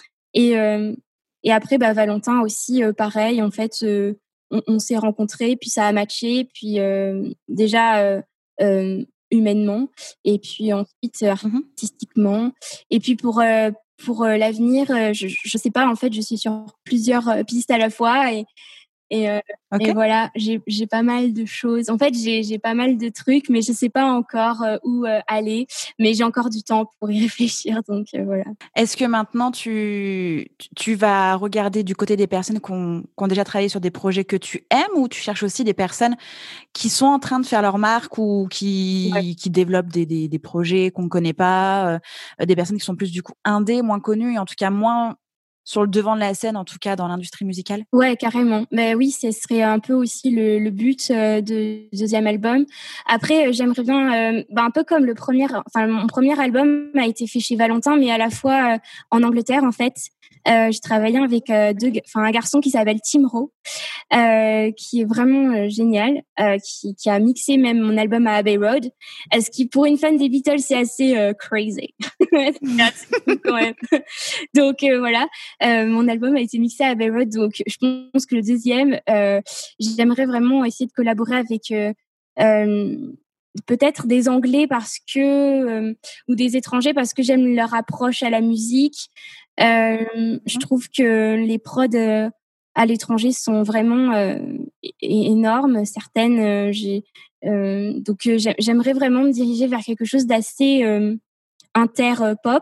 Et euh, et après, bah Valentin aussi, euh, pareil. En fait, euh, on, on s'est rencontrés, puis ça a matché, puis euh, déjà. Euh, euh, humainement, et puis ensuite artistiquement, et puis pour euh, pour euh, l'avenir, euh, je je sais pas, en fait, je suis sur plusieurs euh, pistes à la fois, et Et, euh, okay. et voilà, j'ai, j'ai pas mal de choses. En fait, j'ai, j'ai pas mal de trucs, mais je sais pas encore euh, où euh, aller. Mais j'ai encore du temps pour y réfléchir, donc euh, voilà. Est-ce que maintenant, tu, tu vas regarder du côté des personnes qui ont, qui ont déjà travaillé sur des projets que tu aimes, ou tu cherches aussi des personnes qui sont en train de faire leur marque ou qui, ouais. qui développent des, des, des projets qu'on ne connaît pas, euh, des personnes qui sont plus du coup indées, moins connues et en tout cas moins sur le devant de la scène, en tout cas dans l'industrie musicale? Ouais, carrément. Mais oui, ce serait un peu aussi le, le but euh, de deuxième album. Après, euh, j'aimerais bien, euh, bah, un peu comme le premier, enfin mon premier album a été fait chez Valentin, mais à la fois euh, en Angleterre en fait. Euh, j'ai travaillé avec euh, deux, enfin un garçon qui s'appelle Tim Rowe, euh, qui est vraiment euh, génial, euh, qui, qui a mixé même mon album à Abbey Road. Euh, ce qui pour une fan des Beatles c'est assez euh, crazy, c'est assez cool quand même. Donc euh, voilà, euh, mon album a été mixé à Abbey Road, donc je pense que le deuxième, euh, j'aimerais vraiment essayer de collaborer avec euh, euh, peut-être des Anglais parce que euh, ou des étrangers parce que j'aime leur approche à la musique. Euh, mmh. Je trouve que les prods euh, à l'étranger sont vraiment euh, énormes. Certaines, euh, j'ai euh, donc euh, j'aimerais vraiment me diriger vers quelque chose d'assez euh, inter-pop.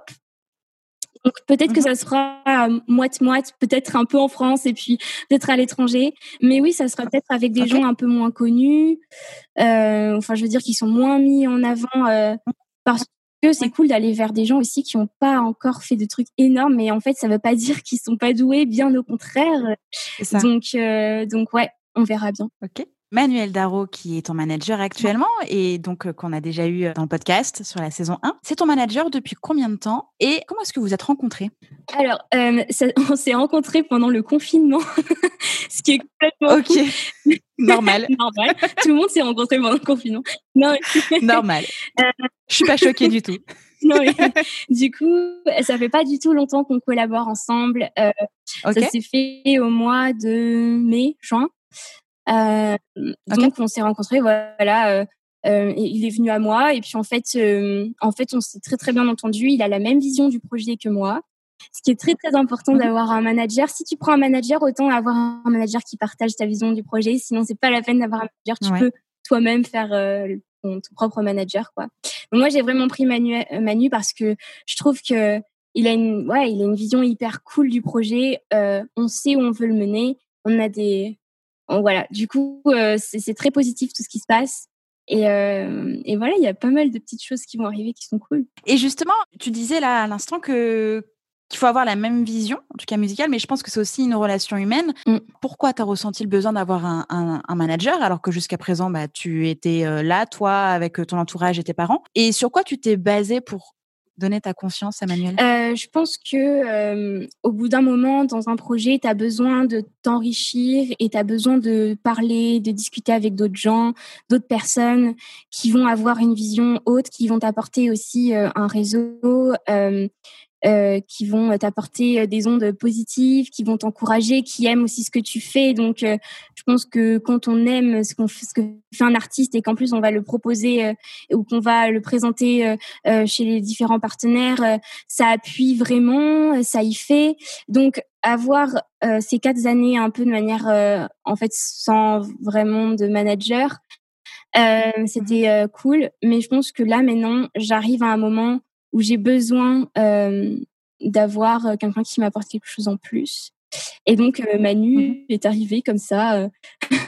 Donc peut-être mmh. que ça sera moite-moite, peut-être un peu en France et puis peut-être à l'étranger. Mais oui, ça sera peut-être avec des okay. gens un peu moins connus. Euh, enfin, je veux dire qu'ils sont moins mis en avant euh, parce que c'est cool d'aller vers des gens aussi qui n'ont pas encore fait de trucs énormes. Mais en fait, ça ne veut pas dire qu'ils sont pas doués, bien au contraire. C'est ça. Donc, euh, donc ouais, on verra bien. Ok. Manuel Darro, qui est ton manager actuellement et donc euh, qu'on a déjà eu dans le podcast sur la saison un. C'est ton manager depuis combien de temps et comment est-ce que vous êtes rencontrés? Alors, euh, ça, on s'est rencontrés pendant le confinement, ce qui est complètement Ok, fou. Normal. Normal. Tout le monde s'est rencontré pendant le confinement. Non, normal. Euh... Je suis pas choquée du tout. Non, mais, du coup, ça fait pas du tout longtemps qu'on collabore ensemble. Euh, okay. Ça s'est fait au mois de mai, juin. Euh, donc okay. on s'est rencontrés, voilà. Euh, euh, il est venu à moi et puis en fait, euh, en fait, on s'est très très bien entendu. Il a la même vision du projet que moi, ce qui est très très important mmh. d'avoir un manager. Si tu prends un manager, autant avoir un manager qui partage ta vision du projet. Sinon, c'est pas la peine d'avoir un manager. Tu ouais. peux toi-même faire euh, ton, ton propre manager, quoi. Donc moi, j'ai vraiment pris Manu, Manu parce que je trouve que il a une, ouais, il a une vision hyper cool du projet. Euh, on sait où on veut le mener. On a des Donc, voilà, du coup, euh, c'est, c'est très positif tout ce qui se passe. Et, euh, et voilà, il y a pas mal de petites choses qui vont arriver qui sont cool. Et justement, tu disais là à l'instant que, qu'il faut avoir la même vision, en tout cas musicale, mais je pense que c'est aussi une relation humaine. Mm. Pourquoi tu as ressenti le besoin d'avoir un, un, un manager alors que jusqu'à présent, bah, tu étais là, toi, avec ton entourage et tes parents? Et sur quoi tu t'es basée pour donner ta confiance à Manuel? euh, Je pense que euh, au bout d'un moment, dans un projet, tu as besoin de t'enrichir et tu as besoin de parler, de discuter avec d'autres gens, d'autres personnes qui vont avoir une vision haute, qui vont t'apporter aussi euh, un réseau, euh, euh, qui vont t'apporter des ondes positives, qui vont t'encourager, qui aiment aussi ce que tu fais. Donc, euh, je pense que quand on aime ce, qu'on fait, ce que fait un artiste et qu'en plus on va le proposer euh, ou qu'on va le présenter euh, euh, chez les différents partenaires, euh, ça appuie vraiment, ça y fait. Donc, avoir euh, ces quatre années un peu de manière, euh, en fait, sans vraiment de manager, euh, c'était euh, cool. Mais je pense que là, maintenant, j'arrive à un moment où j'ai besoin euh, d'avoir quelqu'un qui m'apporte quelque chose en plus. Et donc, euh, Manu mmh. est arrivé comme ça. Euh,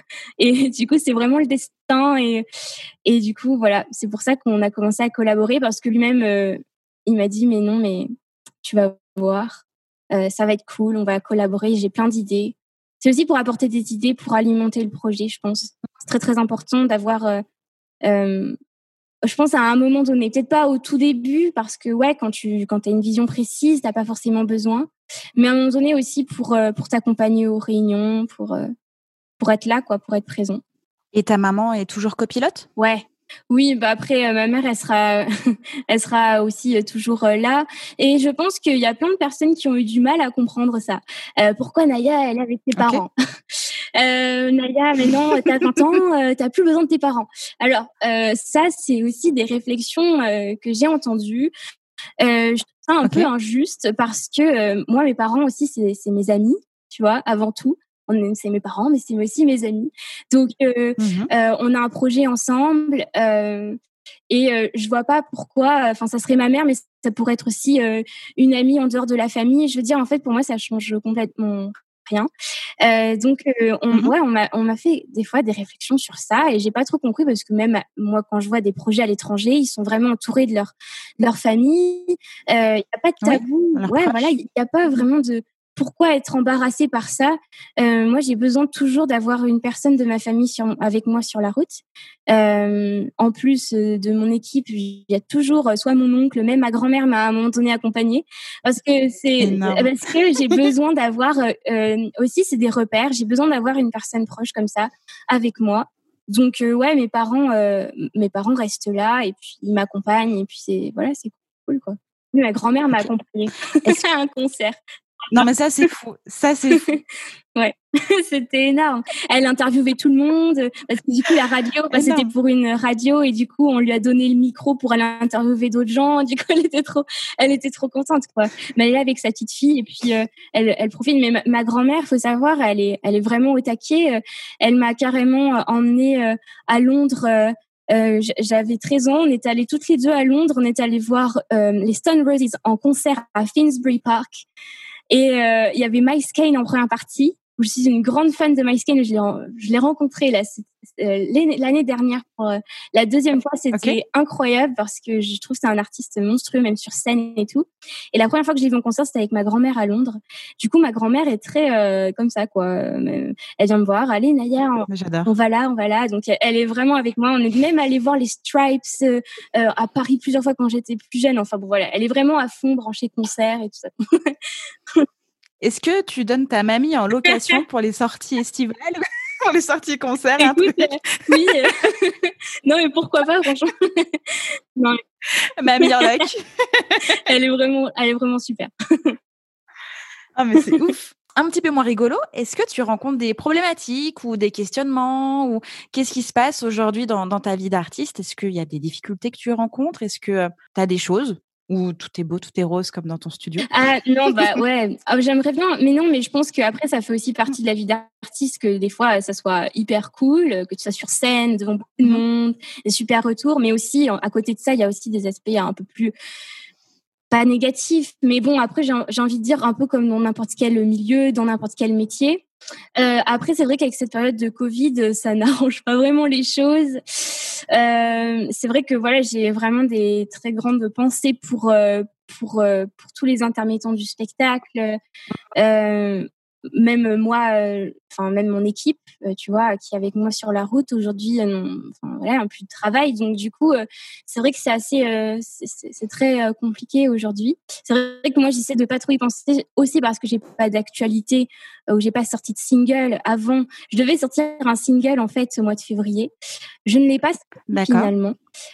et du coup, c'est vraiment le destin. Et, et du coup, voilà, c'est pour ça qu'on a commencé à collaborer parce que lui-même, euh, il m'a dit, mais non, mais tu vas voir, euh, ça va être cool, on va collaborer, j'ai plein d'idées. C'est aussi pour apporter des idées, pour alimenter le projet, je pense. C'est très, très important d'avoir... Euh, euh, je pense à un moment donné, peut-être pas au tout début, parce que ouais, quand tu quand t'as une vision précise, t'as pas forcément besoin. Mais à un moment donné aussi pour euh, pour t'accompagner aux réunions, pour euh, pour être là, quoi, pour être présent. Et ta maman est toujours copilote ? Ouais. Oui, bah après euh, ma mère elle sera elle sera aussi euh, toujours euh, là et je pense qu'il y a plein de personnes qui ont eu du mal à comprendre ça. Euh, pourquoi Naya elle est avec ses okay. parents euh, Naya mais non t'as vingt ans euh, t'as plus besoin de tes parents. Alors euh, ça c'est aussi des réflexions euh, que j'ai entendues. Euh, je trouve ça un okay. peu injuste parce que euh, moi mes parents aussi c'est c'est mes amis, tu vois, avant tout. on est, c'est mes parents, mais c'est aussi mes amis. Donc, euh, mmh. euh, on a un projet ensemble. Euh, et euh, je vois pas pourquoi. Enfin, ça serait ma mère, mais ça pourrait être aussi euh, une amie en dehors de la famille. Je veux dire, en fait, pour moi, ça change complètement rien. Euh, donc, euh, on, mmh. ouais, on m'a, on m'a fait des fois des réflexions sur ça, et j'ai pas trop compris parce que même moi, quand je vois des projets à l'étranger, ils sont vraiment entourés de leur de leur famille. Il euh, y a pas de tabou. Ouais, ouais voilà, il y a pas vraiment de pourquoi être embarrassée par ça. Euh, moi, j'ai besoin toujours d'avoir une personne de ma famille sur, avec moi sur la route. Euh, en plus de mon équipe, il y a toujours soit mon oncle, même ma grand-mère m'a à un moment donné accompagnée, parce que c'est énorme. Parce que j'ai besoin d'avoir euh, aussi, c'est des repères. J'ai besoin d'avoir une personne proche comme ça avec moi. Donc euh, ouais, mes parents, euh, mes parents restent là et puis ils m'accompagnent et puis c'est voilà, c'est cool quoi. Oui, ma grand-mère m'a accompagnée à un concert. Non, mais ça, c'est fou. Ça, c'est fou. Ouais, c'était énorme. Elle interviewait tout le monde parce que du coup, la radio, bah, c'était pour une radio et du coup, on lui a donné le micro pour aller interviewer d'autres gens. Du coup, elle était trop, elle était trop contente, quoi. Mais elle est là avec sa petite fille et puis euh, elle, elle profite. Mais ma, ma grand-mère, faut savoir, elle est, elle est vraiment au taquet. Elle m'a carrément emmenée euh, à Londres. Euh, Euh, j'avais treize ans, on est allés toutes les deux à Londres, on est allés voir euh, les Stone Roses en concert à Finsbury Park. Et euh, il y avait Miles Kane en première partie. Je suis une grande fan de Miles Kane. Je l'ai, je l'ai rencontré là, euh, l'année dernière pour euh, la deuxième fois. C'était okay. incroyable parce que je trouve que c'est un artiste monstrueux, même sur scène et tout. Et la première fois que je l'ai vu en concert, c'était avec ma grand-mère à Londres. Du coup, ma grand-mère est très euh, comme ça, quoi. Elle vient me voir. Allez, Naya, on, on va là, on va là. Donc, elle est vraiment avec moi. On est même allé voir les Stripes euh, euh, à Paris plusieurs fois quand j'étais plus jeune. Enfin, bon, voilà. Elle est vraiment à fond branchée concert et tout ça. Est-ce que tu donnes ta mamie en location pour les sorties estivales, pour les sorties concerts? Écoute, euh, oui. Euh... non, mais pourquoi pas, franchement. non, mais... Mamie en loc. elle est vraiment, elle est vraiment super. Ah, mais c'est ouf. Un petit peu moins rigolo, est-ce que tu rencontres des problématiques ou des questionnements ou qu'est-ce qui se passe aujourd'hui dans, dans ta vie d'artiste? Est-ce qu'il y a des difficultés que tu rencontres? Est-ce que euh, tu as des choses où tout est beau, tout est rose comme dans ton studio? Ah non, bah ouais, oh, j'aimerais bien, mais non, mais je pense qu'après, ça fait aussi partie de la vie d'artiste, que des fois, ça soit hyper cool, que tu sois sur scène, devant beaucoup de monde, des super retours, mais aussi, à côté de ça, il y a aussi des aspects un peu plus, pas négatifs, mais bon, après, j'ai, j'ai envie de dire un peu comme dans n'importe quel milieu, dans n'importe quel métier. Euh, après, c'est vrai qu'avec cette période de Covid, ça n'arrange pas vraiment les choses. Euh, c'est vrai que voilà, j'ai vraiment des très grandes pensées pour euh, pour euh, pour tous les intermittents du spectacle. Euh, même moi, enfin euh, même mon équipe, euh, tu vois, qui est avec moi sur la route aujourd'hui, euh, enfin voilà, un plus de travail. Donc du coup, euh, c'est vrai que c'est assez, euh, c'est, c'est, c'est très euh, compliqué aujourd'hui. C'est vrai que moi, j'essaie de pas trop y penser aussi parce que j'ai pas d'actualité, euh, ou j'ai pas sorti de single avant. Je devais sortir un single en fait au mois de février. Je ne l'ai pas sorti finalement.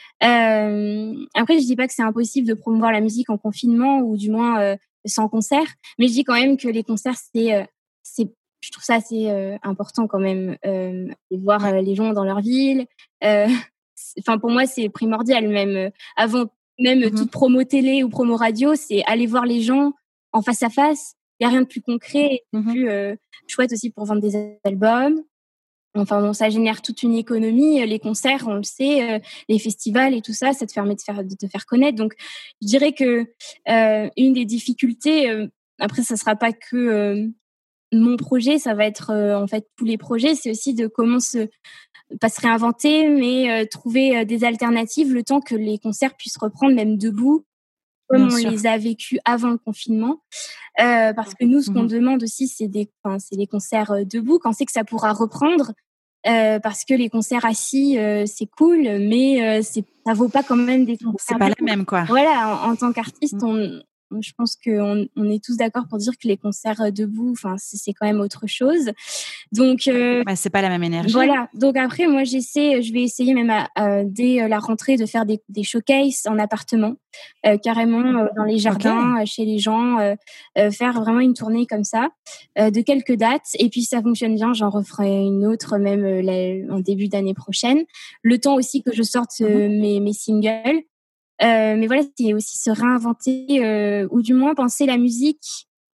Euh, après, je dis pas que c'est impossible de promouvoir la musique en confinement ou du moins euh, sans concert, mais je dis quand même que les concerts, c'est, euh, c'est, je trouve ça assez euh, important quand même, euh, de voir euh, les gens dans leur ville. Enfin, euh, pour moi, c'est primordial même. Euh, avant même mm-hmm. toute promo télé ou promo radio, c'est aller voir les gens en face à face. Il y a rien de plus concret, et de mm-hmm. plus euh, chouette aussi pour vendre des albums. Enfin bon, ça génère toute une économie. Les concerts, on le sait, euh, les festivals et tout ça, ça te permet de faire de te faire connaître. Donc, je dirais que euh, une des difficultés, euh, après, ça sera pas que euh, mon projet, ça va être euh, en fait tous les projets. C'est aussi de comment se pas se réinventer, mais euh, trouver euh, des alternatives le temps que les concerts puissent reprendre même debout, comme Bien on sûr. les a vécus avant le confinement. Euh, parce que nous, ce qu'on mmh. demande aussi, c'est des, enfin, c'est les concerts euh, debout. Quand c'est que ça pourra reprendre, euh, parce que les concerts assis, euh, c'est cool, mais euh, c'est, ça vaut pas quand même des concerts. C'est pas la même, quoi. Voilà, en, en tant qu'artiste, mmh. on, je pense qu'on on est tous d'accord pour dire que les concerts debout, enfin, c'est, c'est quand même autre chose. Donc, euh, bah, c'est pas la même énergie. Voilà. Donc après, moi, j'essaie, je vais essayer même à, à, dès la rentrée de faire des, des showcases en appartement, euh, carrément euh, dans les jardins, okay. chez les gens, euh, euh, faire vraiment une tournée comme ça, euh, de quelques dates. Et puis, si ça fonctionne bien, j'en referai une autre même euh, là, en début d'année prochaine. Le temps aussi que je sorte euh, mm-hmm. mes, mes singles. Euh, mais voilà, c'est aussi se réinventer euh, ou du moins penser la musique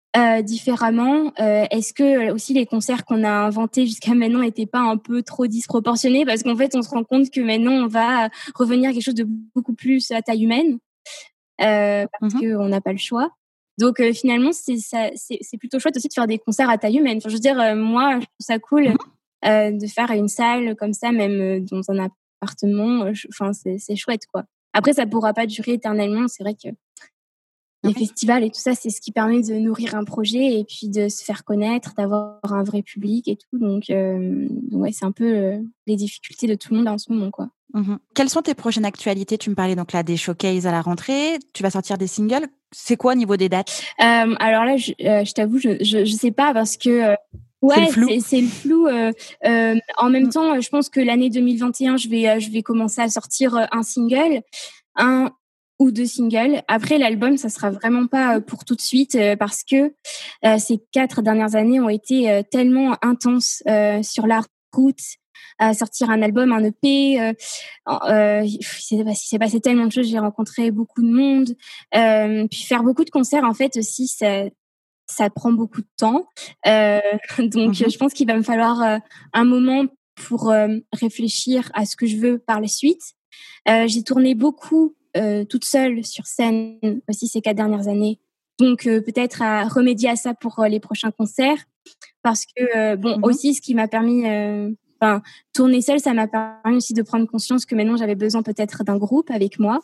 euh, différemment. Euh, est-ce que aussi les concerts qu'on a inventés jusqu'à maintenant n'étaient pas un peu trop disproportionnés? Parce qu'en fait, on se rend compte que maintenant, on va revenir à quelque chose de beaucoup plus à taille humaine, euh, parce Mhm. qu'on n'a pas le choix. Donc euh, finalement, c'est, ça, c'est, c'est plutôt chouette aussi de faire des concerts à taille humaine. Enfin, je veux dire, euh, moi, je trouve ça cool Mhm. euh, de faire une salle comme ça, même euh, dans un appartement. Euh, je- Enfin, c'est, c'est chouette, quoi. Après, ça pourra pas durer éternellement. C'est vrai que les Ouais. festivals et tout ça, c'est ce qui permet de nourrir un projet et puis de se faire connaître, d'avoir un vrai public et tout. Donc, euh, ouais, c'est un peu euh, les difficultés de tout le monde en ce moment, quoi. Mhm. Quelles sont tes prochaines actualités? Tu me parlais donc là des showcases à la rentrée. Tu vas sortir des singles. C'est quoi au niveau des dates? Euh, alors là, je, euh, je t'avoue, je, je, je sais pas parce que euh, C'est le ouais, flou. c'est, c'est le flou. Euh, euh, en même Mm. temps, euh, je pense que l'année deux mille vingt et un, je vais, euh, je vais commencer à sortir euh, un single, un ou deux singles. Après, l'album, ça sera vraiment pas euh, pour tout de suite euh, parce que euh, ces quatre dernières années ont été euh, tellement intenses euh, sur la route, à sortir un album, un E P. Euh, euh, il s'est passé, il s'est passé tellement de choses. J'ai rencontré beaucoup de monde. Euh, puis faire beaucoup de concerts, en fait, aussi, ça, ça prend beaucoup de temps. Euh, donc, Mhm. je pense qu'il va me falloir euh, un moment pour euh, réfléchir à ce que je veux par la suite. Euh, j'ai tourné beaucoup euh, toute seule sur scène aussi ces quatre dernières années. Donc, euh, peut-être à remédier à ça pour euh, les prochains concerts. Parce que, euh, bon, Mhm. aussi, ce qui m'a permis... euh, Enfin, tourner seule, ça m'a permis aussi de prendre conscience que maintenant, j'avais besoin peut-être d'un groupe avec moi.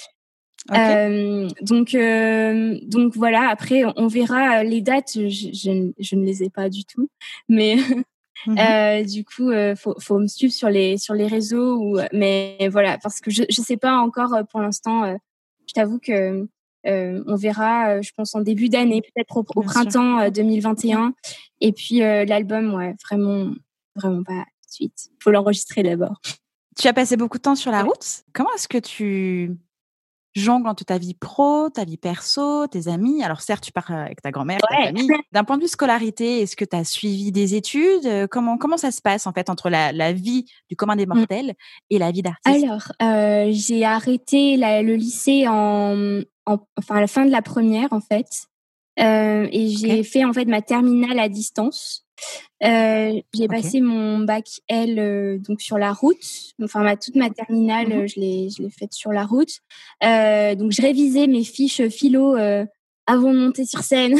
Ok. Euh, donc, euh, donc voilà. Après, on verra les dates. Je, je, je ne les ai pas du tout, mais Mhm. euh, du coup, euh, faut, faut me suivre sur les sur les réseaux. Ou, mais voilà, parce que je je sais pas encore euh, pour l'instant. Euh, je t'avoue que euh, on verra. Euh, je pense en début d'année, peut-être au, au Bien sûr. printemps euh, deux mille vingt et un. Et puis euh, l'album, ouais, vraiment, vraiment pas tout de suite. Faut l'enregistrer d'abord. Tu as passé beaucoup de temps sur la Ouais. route. Comment est-ce que tu jongles entre ta vie pro, ta vie perso, tes amis? Alors certes, tu pars avec ta grand-mère, ta Ouais. famille. D'un point de vue scolarité, est-ce que tu as suivi des études? Heu, comment comment ça se passe en fait entre la la vie du commun des mortels et la vie d'artiste? Alors, heu, j'ai arrêté la le lycée en en enfin, à la fin de la première en fait, heu et OK, j'ai fait, en fait, ma terminale à distance. Heu, j'ai OK. passé mon bac L, heu, donc sur la route. Enfin, ma toute ma terminale, Mmh. heu, je l'ai je l'ai faite sur la route. Heu, donc je révisais mes fiches philo, heu, avant de monter sur scène.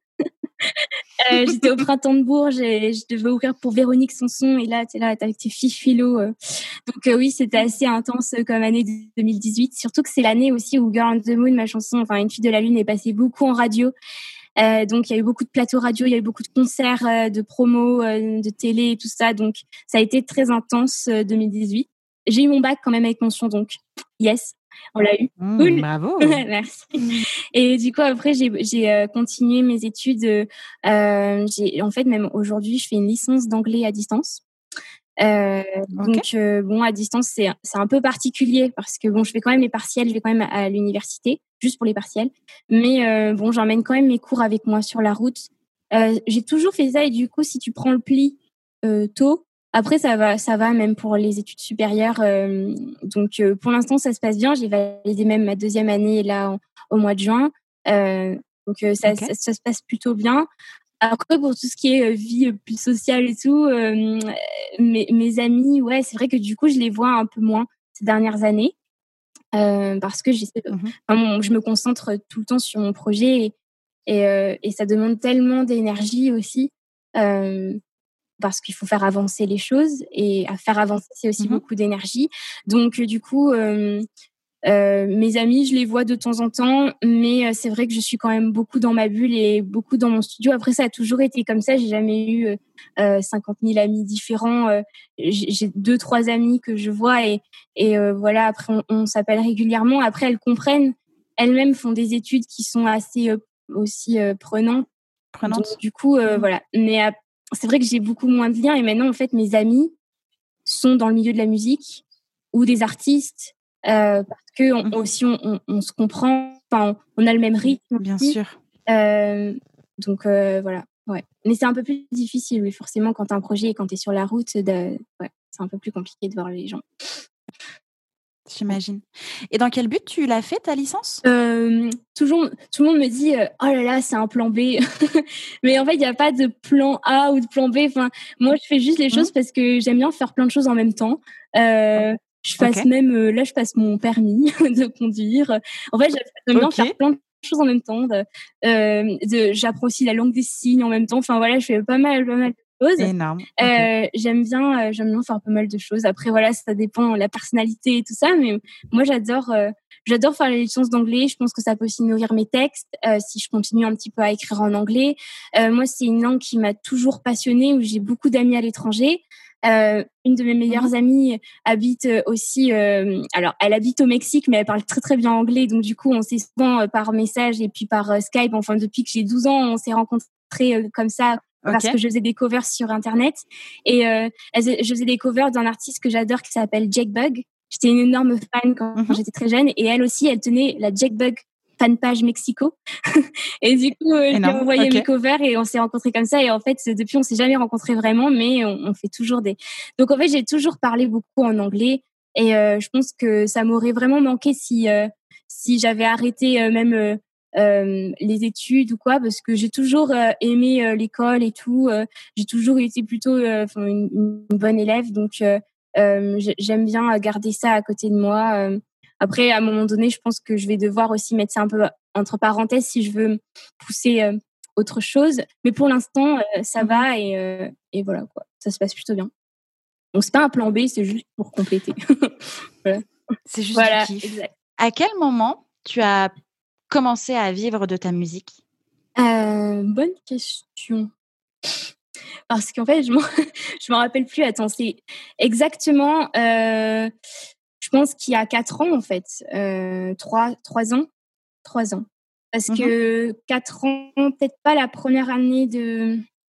Heu, j'étais au Printemps de Bourges et je devais ouvrir pour Véronique Sanson et là, tu es là, tu avec tes fiches philo, heu, donc heu, oui, c'était assez intense, heu, comme année deux mille dix-huit. Surtout que c'est l'année aussi où Girl on the Moon, ma chanson, enfin Une fille de la lune est passée beaucoup en radio. Heu, donc il y a eu beaucoup de plateaux radio, il y a eu beaucoup de concerts, heu, de promos, heu, de télé et tout ça, donc ça a été très intense, heu, deux mille dix-huit. J'ai eu mon bac quand même avec mention donc yes, on l'a eu. Mmh, Cool. bravo! Merci. Et du coup après j'ai j'ai, heu, continué mes études, heu, heu, j'ai en fait même aujourd'hui je fais une licence d'anglais à distance. Heu, OK. donc heu, bon à distance c'est c'est un peu particulier parce que bon je fais quand même les partiels, je vais quand même à l'université, juste pour les partiels. Mais heu, bon j'emmène quand même mes cours avec moi sur la route. Heu, j'ai toujours fait ça et du coup si tu prends le pli, heu, tôt, après ça va ça va même pour les études supérieures, hem, donc heu, pour l'instant ça se passe bien. J'ai validé même ma deuxième année là en au mois de juin. Heu, donc heu, ça OK. ça ça se passe plutôt bien. Après pour tout ce qui est, heu, vie, heu, plus sociale et tout, hem, mes mes amis, ouais, c'est vrai que du coup, je les vois un peu moins ces dernières années, heu, parce que j'essaie de Mmh. enfin mon je me concentre tout le temps sur mon projet et et heu et ça demande tellement d'énergie aussi, hem, parce qu'il faut faire avancer les choses et à faire avancer, c'est aussi Mmh. beaucoup d'énergie. Donc heu, du coup, hem Heu, mes amis, je les vois de temps en temps, mais heu, c'est vrai que je suis quand même beaucoup dans ma bulle et beaucoup dans mon studio. Après, ça a toujours été comme ça. J'ai jamais eu heu heu, cinquante mille amis différents. Heu, j'ai j'ai deux trois amis que je vois et et heu, voilà, après on on s'appelle régulièrement. Après, elles comprennent. Elles-mêmes font des études qui sont assez, heu, aussi, heu, prenantes. Donc Prenante? du coup, heu, Mmh. voilà. Mais ap c'est vrai que j'ai beaucoup moins de liens et maintenant, en fait, mes amis sont dans le milieu de la musique ou des artistes, heu, parce qu'on Mmh. aussi on on on se comprend, enfin on a le même rythme Bien aussi, sûr. heu, donc heu, voilà, ouais. Mais c'est un peu plus difficile, oui, forcément quand tu as un projet et quand tu es sur la route de ouais, c'est un peu plus compliqué de voir les gens. J'imagine. Et dans quel but tu l'as fait, ta licence? Euh, toujours, tout le monde me dit euh, oh là là, c'est un plan B. Mais en fait, il n'y a pas de plan A ou de plan B. Enfin, moi, je fais juste les choses Mmh. parce que j'aime bien faire plein de choses en même temps. Euh, je passe OK. même, euh, là, je passe mon permis de conduire. En fait, j'aime bien faire OK. plein de choses en même temps. De, euh, de, j'apprends aussi la langue des signes en même temps. Enfin, voilà, je fais pas mal, pas mal de choses. Énorme. OK. Euh, j'aime bien, euh, j'aime bien faire pas mal de choses. Après, voilà, ça dépend de la personnalité et tout ça. Mais moi, j'adore... Euh, J'adore faire les licences d'anglais. Je pense que ça peut aussi nourrir mes textes euh, si je continue un petit peu à écrire en anglais. Euh, moi, c'est une langue qui m'a toujours passionnée, où j'ai beaucoup d'amis à l'étranger. Euh, une de mes meilleures Mmh. amies habite aussi... Euh, alors, elle habite au Mexique, mais elle parle très, très bien anglais. Donc, du coup, on s'est souvent euh, par message et puis par euh, Skype. Enfin, depuis que j'ai douze ans, on s'est rencontrés euh, comme ça parce OK. que je faisais des covers sur Internet. Et euh, je faisais des covers d'un artiste que j'adore qui s'appelle Jake Bugg. J'étais une énorme fan quand Mmh. j'étais très jeune et elle aussi, elle tenait la Jake Bugg fan page Mexico. Et du coup, euh, je lui ai Énorme. envoyé OK. mes covers et on s'est rencontrés comme ça. Et en fait, depuis, on s'est jamais rencontrés vraiment, mais on, on fait toujours des... Donc en fait, j'ai toujours parlé beaucoup en anglais et euh, je pense que ça m'aurait vraiment manqué si, euh, si j'avais arrêté euh, même euh, euh, les études ou quoi, parce que j'ai toujours euh, aimé euh, l'école et tout. Euh, j'ai toujours été plutôt euh, une, une bonne élève, donc... Euh, Euh, j'aime bien garder ça à côté de moi. Euh, après, à un moment donné, je pense que je vais devoir aussi mettre ça un peu entre parenthèses si je veux pousser euh, autre chose. Mais pour l'instant, euh, ça Mmh. va et, euh, et voilà quoi. Ça se passe plutôt bien. Donc c'est pas un plan B, c'est juste pour compléter. Voilà. C'est juste Voilà, du kiff. exact. À quel moment tu as commencé à vivre de ta musique? Euh, bonne question. Parce qu'en fait, je m'en, je m'en rappelle plus. Attends, c'est exactement, euh, je pense qu'il y a quatre ans, en fait. Euh, trois, trois ans. Trois ans. Parce Mmh. que quatre ans, peut-être pas la première année de...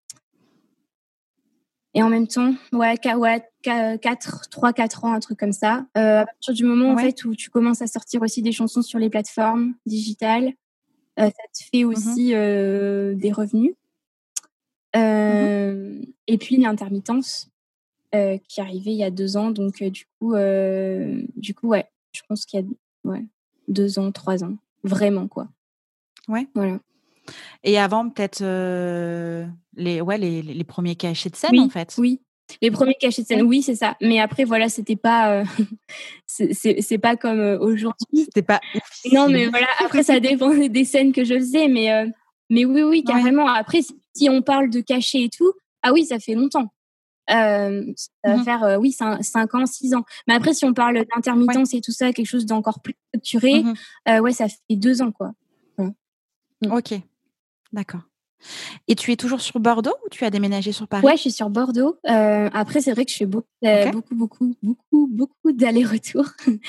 Et en même temps, ouais, qu- ouais quatre, trois, quatre ans, un truc comme ça. Euh, à partir du moment, en Ouais. fait, où tu commences à sortir aussi des chansons sur les plateformes digitales, euh, ça te fait Mmh. aussi euh, des revenus. Mmh. Euh, et puis l'intermittence euh, qui est arrivée il y a deux ans. Donc euh, du coup, euh, du coup, ouais, je pense qu'il y a ouais, deux ans, trois ans, vraiment quoi. Ouais. Voilà. Et avant peut-être, heu, les ouais, les les premiers cachets de scène, en Oui, fait? oui. Les premiers cachets de scène, Ouais. oui, c'est ça. Mais après, voilà, c'était pas, euh, c'est, c'est, c'est pas comme euh, aujourd'hui. C'était pas Non, mais oufissime. voilà, après, ça dépend des scènes que je faisais. Mais, euh, mais oui, oui, Ouais. carrément. Après, si, si on parle de cachets et tout, ah oui, ça fait longtemps. Euh, ça va Mmh. faire, euh, oui, cinq ans, six ans. Mais après, si on parle Ouais. d'intermittence et tout ça, quelque chose d'encore plus structuré, Mmh. euh, ouais, ça fait deux ans, quoi. Voilà. Mm. OK, d'accord. Et tu es toujours sur Bordeaux ou tu as déménagé sur Paris? Ouais, je suis sur Bordeaux. Euh, après, c'est vrai que je fais beaucoup, euh, OK. beaucoup, beaucoup, beaucoup, beaucoup d'allers-retours.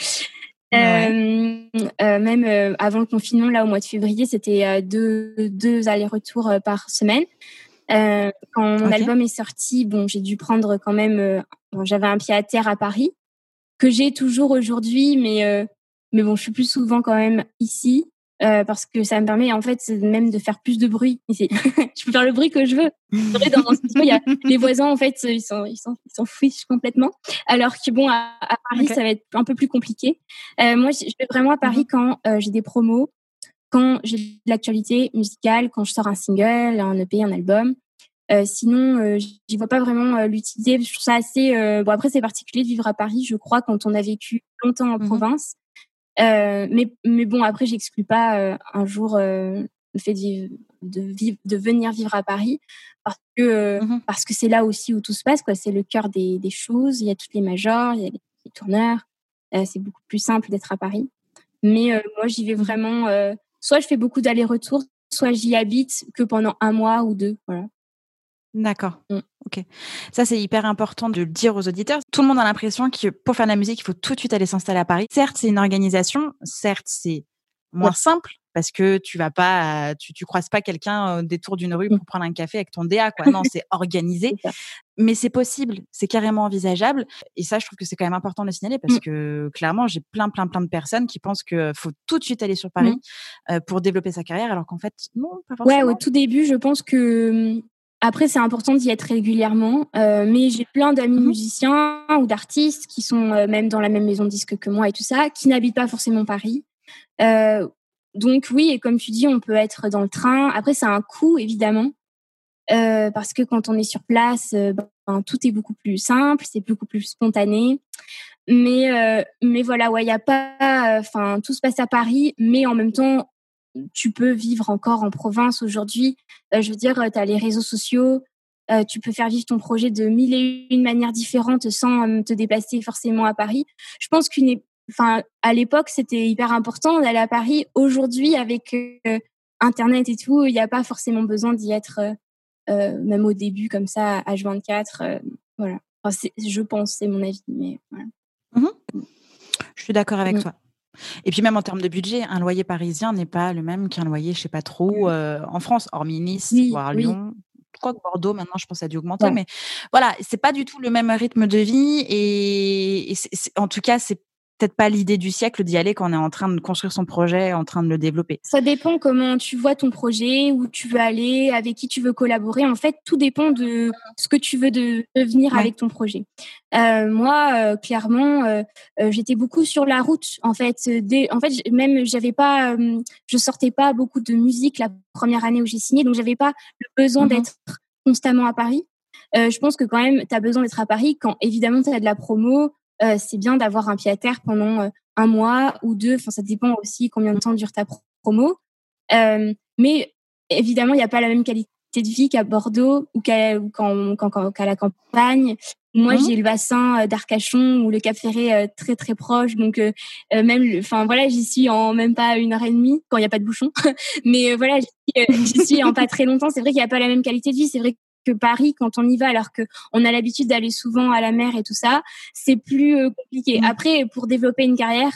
Ouais. Euh, euh, même euh, avant le confinement, là, au mois de février, c'était euh, deux, deux allers-retours euh, par semaine. Euh, quand mon OK. album est sorti, bon, j'ai dû prendre quand même... euh, bon, j'avais un pied à terre à Paris, que j'ai toujours aujourd'hui, mais, euh, mais bon, je suis plus souvent quand même ici. Euh, parce que ça me permet en fait même de faire plus de bruit ici. Je peux faire le bruit que je veux. C'est vrai, dans mon studio, il y a les voisins en fait, ils s'en ils s'en ils s'en fichent complètement. Alors que bon, à, à Paris, OK. ça va être un peu plus compliqué. Euh, moi, je vais vraiment à Paris Mmh. quand euh, j'ai des promos, quand j'ai de l'actualité musicale, quand je sors un single, un E P, un album. Euh, sinon, euh, j'y vois pas vraiment euh, l'utilité. Je trouve ça assez. Euh... Bon, après, c'est particulier de vivre à Paris, je crois, quand on a vécu longtemps en Mmh. province. Euh, mais, mais bon, après, j'exclus pas euh, un jour euh, le fait de, vivre, de, vivre, de venir vivre à Paris parce que euh, Mmh. parce que c'est là aussi où tout se passe, quoi. C'est le cœur des, des choses. Il y a toutes les majors, il y a les, les tourneurs. Euh, c'est beaucoup plus simple d'être à Paris. Mais euh, moi, j'y vais Mmh. vraiment. Euh, soit je fais beaucoup d'allers-retours, soit j'y habite que pendant un mois ou deux. Voilà. D'accord. Mm. OK. Ça, c'est hyper important de le dire aux auditeurs. Tout le monde a l'impression que pour faire de la musique, il faut tout de suite aller s'installer à Paris. Certes, c'est une organisation. Certes, c'est moins Ouais. simple parce que tu vas pas, tu, tu croises pas quelqu'un au détour d'une rue Mm. pour prendre un café avec ton D A, quoi. Non, c'est organisé. C'est ça. Mais c'est possible. C'est carrément envisageable. Et ça, je trouve que c'est quand même important de le signaler parce Mm. que clairement, j'ai plein, plein, plein de personnes qui pensent qu'il faut tout de suite aller sur Paris Mm. euh, pour développer sa carrière alors qu'en fait, non, pas Ouais, forcément. au tout début, je pense que Après, c'est important d'y être régulièrement, euh, mais j'ai plein d'amis Mhm. musiciens ou d'artistes qui sont euh, même dans la même maison de disque que moi et tout ça, qui n'habitent pas forcément Paris. Euh, donc oui, et comme tu dis, on peut être dans le train. Après, c'est un coût, évidemment, euh, parce que quand on est sur place, euh, ben, tout est beaucoup plus simple, c'est beaucoup plus spontané. Mais, euh, mais voilà, ouais, il y a pas, enfin, tout se passe à Paris, mais en même temps, tu peux vivre encore en province aujourd'hui. Euh, je veux dire, tu as les réseaux sociaux, euh, tu peux faire vivre ton projet de mille et une manières différentes sans euh, te déplacer forcément à Paris. Je pense qu'une, é- enfin, à l'époque, c'était hyper important d'aller à Paris. Aujourd'hui, avec euh, Internet et tout, il n'y a pas forcément besoin d'y être, euh, euh, même au début, comme ça, H vingt-quatre. Euh, voilà. Enfin, c'est- je pense, c'est mon avis, mais voilà. Mhm. Je suis d'accord avec Mm. toi. Et puis même en termes de budget, un loyer parisien n'est pas le même qu'un loyer, je sais pas trop, euh, en France, hormis Nice, Oui, voire oui, Lyon. Je crois que Bordeaux, maintenant, je pense, a dû augmenter. ouais. Mais voilà, c'est pas du tout le même rythme de vie. Et, et c'est- c'est- en tout cas, c'est peut-être pas l'idée du siècle d'y aller quand on est en train de construire son projet, en train de le développer. Ça dépend comment tu vois ton projet, où tu veux aller, avec qui tu veux collaborer. En fait, tout dépend de ce que tu veux de, devenir Ouais. avec ton projet. Euh, moi, euh, clairement, euh, euh, j'étais beaucoup sur la route. En fait, euh, dès, en fait, j- même j'avais pas, euh, je sortais pas beaucoup de musique la première année où j'ai signé, donc j'avais pas le besoin Mhm. d'être constamment à Paris. Euh, je pense que quand même, tu as besoin d'être à Paris quand évidemment tu as de la promo. Euh, c'est bien d'avoir un pied à terre pendant euh, un mois ou deux. Enfin, ça dépend aussi combien de temps dure ta pro- promo. Euh, mais évidemment, il n'y a pas la même qualité de vie qu'à Bordeaux ou qu'à, ou qu'en- qu'en- qu'en- qu'à la campagne. Moi, Mhm. j'ai le bassin euh, d'Arcachon ou le Cap Ferré euh, très très proche, donc euh, euh, même, enfin voilà, j'y suis en même pas une heure et demie quand il n'y a pas de bouchon. Mais euh, voilà, j'y suis, euh, j'y suis en pas très longtemps. C'est vrai qu'il n'y a pas la même qualité de vie. C'est vrai que Paris, quand on y va, alors que on a l'habitude d'aller souvent à la mer et tout ça, c'est plus euh, compliqué. Mhm. Après, pour développer une carrière,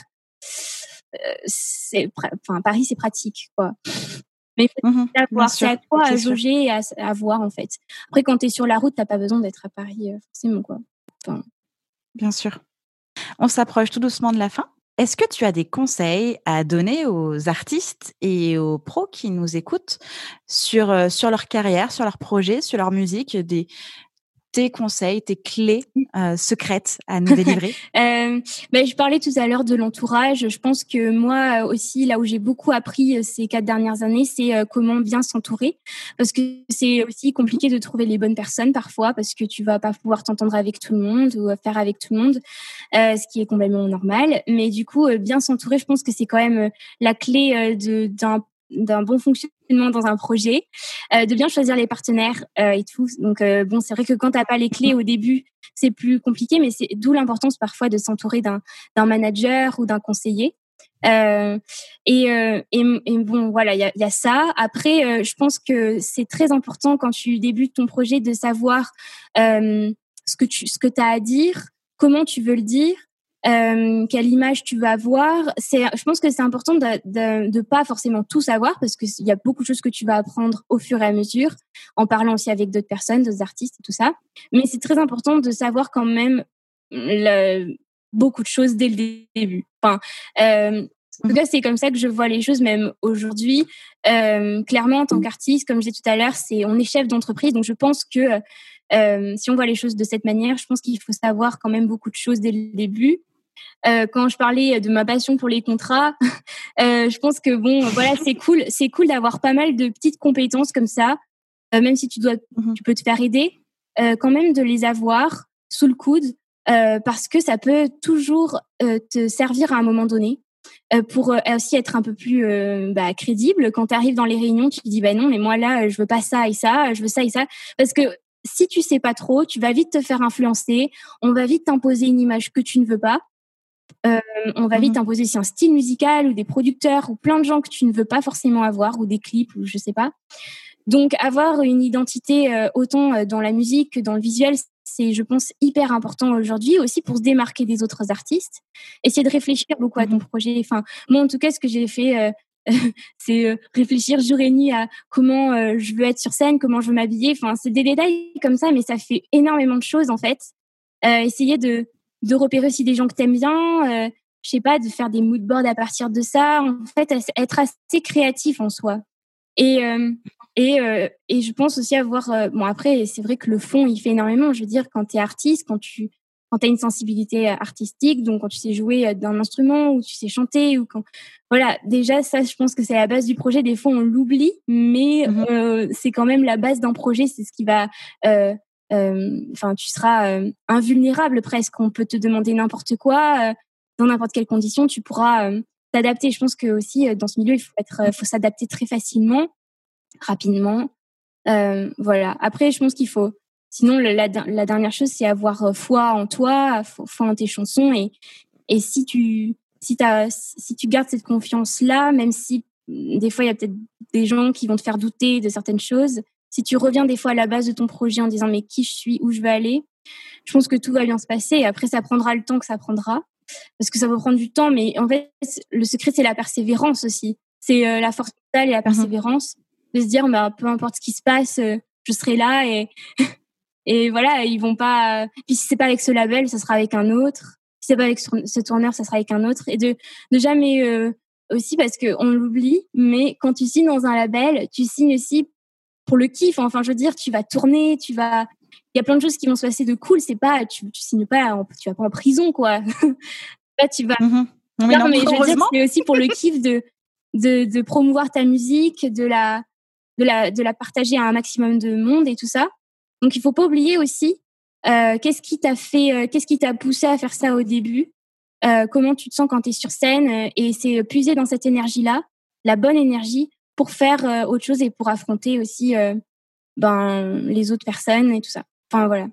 euh, c'est, pra- enfin Paris, c'est pratique, quoi. Mais il faut Mhm. Bien savoir, c'est sûr, à toi c'est à sûr. jauger et à, à voir en fait. Après, quand tu es sur la route, t'as pas besoin d'être à Paris euh, forcément, quoi. Enfin, Bien sûr. On s'approche tout doucement de la fin. Est-ce que tu as des conseils à donner aux artistes et aux pros qui nous écoutent sur, euh, sur leur carrière, sur leur projet, sur leur musique, des, tes conseils, tes clés euh, secrètes à nous délivrer? Euh, ben, je parlais tout à l'heure de l'entourage. Je pense que moi aussi, là où j'ai beaucoup appris euh, ces quatre dernières années, c'est euh, comment bien s'entourer. Parce que c'est aussi Mhm. compliqué de trouver les bonnes personnes parfois, parce que tu vas pas pouvoir t'entendre avec tout le monde ou euh, faire avec tout le monde, euh, ce qui est complètement normal. Mais du coup, euh, bien s'entourer, je pense que c'est quand même euh, la clé euh, de, d'un d'un bon fonctionnement dans un projet, euh, de bien choisir les partenaires euh, et tout. Donc euh, bon, c'est vrai que quand t'as pas les clés au début, c'est plus compliqué, mais c'est d'où l'importance parfois de s'entourer d'un d'un manager ou d'un conseiller. Euh, et, euh, et, et bon, voilà, il y a, y a ça. Après, euh, je pense que c'est très important quand tu débutes ton projet de savoir euh, ce que tu ce que t'as à dire, comment tu veux le dire. Euh, quelle image tu veux avoir. C'est, je pense que c'est important de, de, de pas forcément tout savoir parce que il y a beaucoup de choses que tu vas apprendre au fur et à mesure, en parlant aussi avec d'autres personnes, d'autres artistes et tout ça. Mais c'est très important de savoir quand même le, beaucoup de choses dès le début. Enfin, euh, en tout Mhm. cas, c'est comme ça que je vois les choses, même aujourd'hui. Euh, clairement, en tant qu'artiste, comme je disais tout à l'heure, c'est on est chef d'entreprise, donc je pense que euh, si on voit les choses de cette manière, je pense qu'il faut savoir quand même beaucoup de choses dès le début. Euh, quand je parlais de ma passion pour les contrats, euh, je pense que bon, voilà, c'est cool, c'est cool d'avoir pas mal de petites compétences comme ça, euh, même si tu dois, Mhm. tu peux te faire aider, euh, quand même de les avoir sous le coude, euh, parce que ça peut toujours euh, te servir à un moment donné. Euh, pour euh, aussi être un peu plus euh, bah, crédible. Quand tu arrives dans les réunions, tu te dis bah non, mais moi là, je veux pas ça et ça, je veux ça et ça, parce que si tu sais pas trop, tu vas vite te faire influencer. On va vite t'imposer une image que tu ne veux pas. Euh, on va vite Mhm. imposer aussi un style musical ou des producteurs ou plein de gens que tu ne veux pas forcément avoir ou des clips ou je sais pas. Donc avoir une identité euh, autant euh, dans la musique que dans le visuel, c'est je pense hyper important aujourd'hui aussi pour se démarquer des autres artistes. Essayer de réfléchir beaucoup à ton Mhm. projet. Enfin moi en tout cas ce que j'ai fait euh, c'est euh, réfléchir jour et nuit à comment euh, je veux être sur scène, comment je veux m'habiller. Enfin c'est des détails comme ça mais ça fait énormément de choses en fait. Euh, essayer de de repérer aussi des gens que t'aimes bien, euh, je sais pas, de faire des mood boards à partir de ça. En fait, être assez créatif en soi. Et, euh, et, euh, et je pense aussi avoir... Euh, bon, après, c'est vrai que le fond, il fait énormément. Je veux dire, quand tu es artiste, quand tu quand tu as une sensibilité artistique, donc quand tu sais jouer d'un instrument ou tu sais chanter, ou quand... Voilà, déjà, ça, je pense que c'est la base du projet. Des fois, on l'oublie, mais mmh. euh, c'est quand même la base d'un projet. C'est ce qui va... Euh, Enfin, euh, tu seras euh, invulnérable presque. On peut te demander n'importe quoi, euh, dans n'importe quelle condition, tu pourras euh, t'adapter. Je pense que aussi euh, dans ce milieu, il faut être, euh, faut s'adapter très facilement, rapidement. Euh, voilà. Après, je pense qu'il faut. Sinon, la, la, la dernière chose, c'est avoir foi en toi, foi en tes chansons, et et si tu si t'as si tu gardes cette confiance là, même si des fois il y a peut-être des gens qui vont te faire douter de certaines choses. Si tu reviens des fois à la base de ton projet en disant mais qui je suis, où je veux aller, je pense que tout va bien se passer. Et après, ça prendra le temps que ça prendra, parce que ça va prendre du temps. Mais en fait, le secret, c'est la persévérance aussi. C'est euh, la force mentale et la persévérance, mmh. de se dire bah, peu importe ce qui se passe, euh, je serai là. Et, et voilà, ils vont pas... Puis si c'est pas avec ce label, ça sera avec un autre. Si c'est pas avec ce tourneur, ça sera avec un autre. Et de, de jamais... Euh, aussi, parce qu'on l'oublie, mais quand tu signes dans un label, tu signes aussi pour le kiff. Enfin, je veux dire, tu vas tourner, tu vas... Il y a plein de choses qui vont se passer de cool. C'est pas... Tu, tu signes pas... En, tu vas pas en prison, quoi. Là, tu vas... Mmh. Oui, non, non, mais je veux dire, c'est aussi pour le kiff de, de, de promouvoir ta musique, de la, de, la, de la partager à un maximum de monde et tout ça. Donc, il faut pas oublier aussi euh, qu'est-ce qui t'a fait... Euh, qu'est-ce qui t'a poussé à faire ça au début. Euh, comment tu te sens quand tu es sur scène, euh, et c'est puiser dans cette énergie-là, la bonne énergie, pour faire euh, autre chose et pour affronter aussi euh, ben, les autres personnes et tout ça. Enfin, voilà.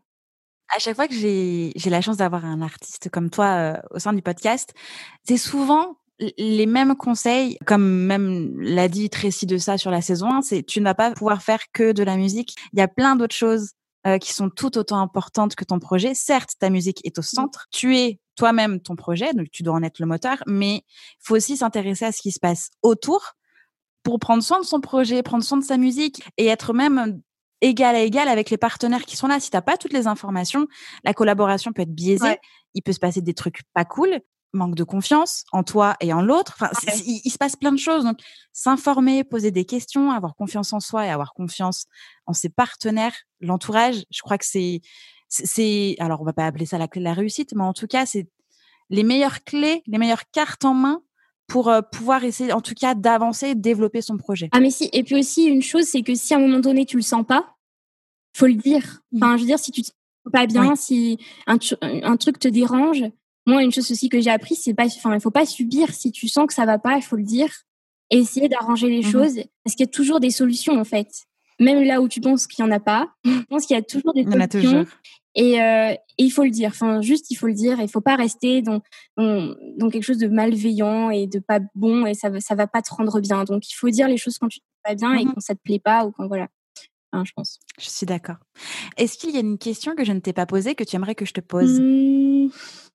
À chaque fois que j'ai, j'ai la chance d'avoir un artiste comme toi euh, au sein du podcast, c'est souvent les mêmes conseils, comme même l'a dit Tracy de ça sur la saison un, c'est tu ne vas pas pouvoir faire que de la musique. Il y a plein d'autres choses euh, qui sont tout autant importantes que ton projet. Certes, ta musique est au centre. Mmh. Tu es toi-même ton projet, donc tu dois en être le moteur, mais il faut aussi s'intéresser à ce qui se passe autour pour prendre soin de son projet, prendre soin de sa musique et être même égal à égal avec les partenaires qui sont là. Si tu n'as pas toutes les informations, la collaboration peut être biaisée. Ouais. Il peut se passer des trucs pas cool, manque de confiance en toi et en l'autre. Enfin, ouais. il, il se passe plein de choses. Donc, s'informer, poser des questions, avoir confiance en soi et avoir confiance en ses partenaires, l'entourage, je crois que c'est... c'est, c'est alors, on va pas appeler ça la clé de la réussite, mais en tout cas, c'est les meilleures clés, les meilleures cartes en main pour euh, pouvoir essayer, en tout cas, d'avancer et de développer son projet. Ah, mais si. Et puis aussi, une chose, c'est que si à un moment donné, tu le sens pas, faut le dire. Enfin, je veux dire, si tu te sens pas bien, oui. si un, un truc te dérange, moi, une chose aussi que j'ai appris, c'est pas, enfin, il faut pas subir. Si tu sens que ça va pas, il faut le dire et essayer d'arranger les mmh. choses, parce qu'il y a toujours des solutions, en fait. Même là où tu penses qu'il y en a pas, je pense qu'il y a toujours des solutions. Il y en a toujours. Et, euh, et il faut le dire. Enfin, juste, il faut le dire. Il faut pas rester dans, dans, dans quelque chose de malveillant et de pas bon, et ça, ça va pas te rendre bien. Donc, il faut dire les choses quand tu te sens pas bien, mmh. et quand ça te plaît pas, ou quand voilà. Enfin, je pense. Je suis d'accord. Est-ce qu'il y a une question que je ne t'ai pas posée que tu aimerais que je te pose? mmh,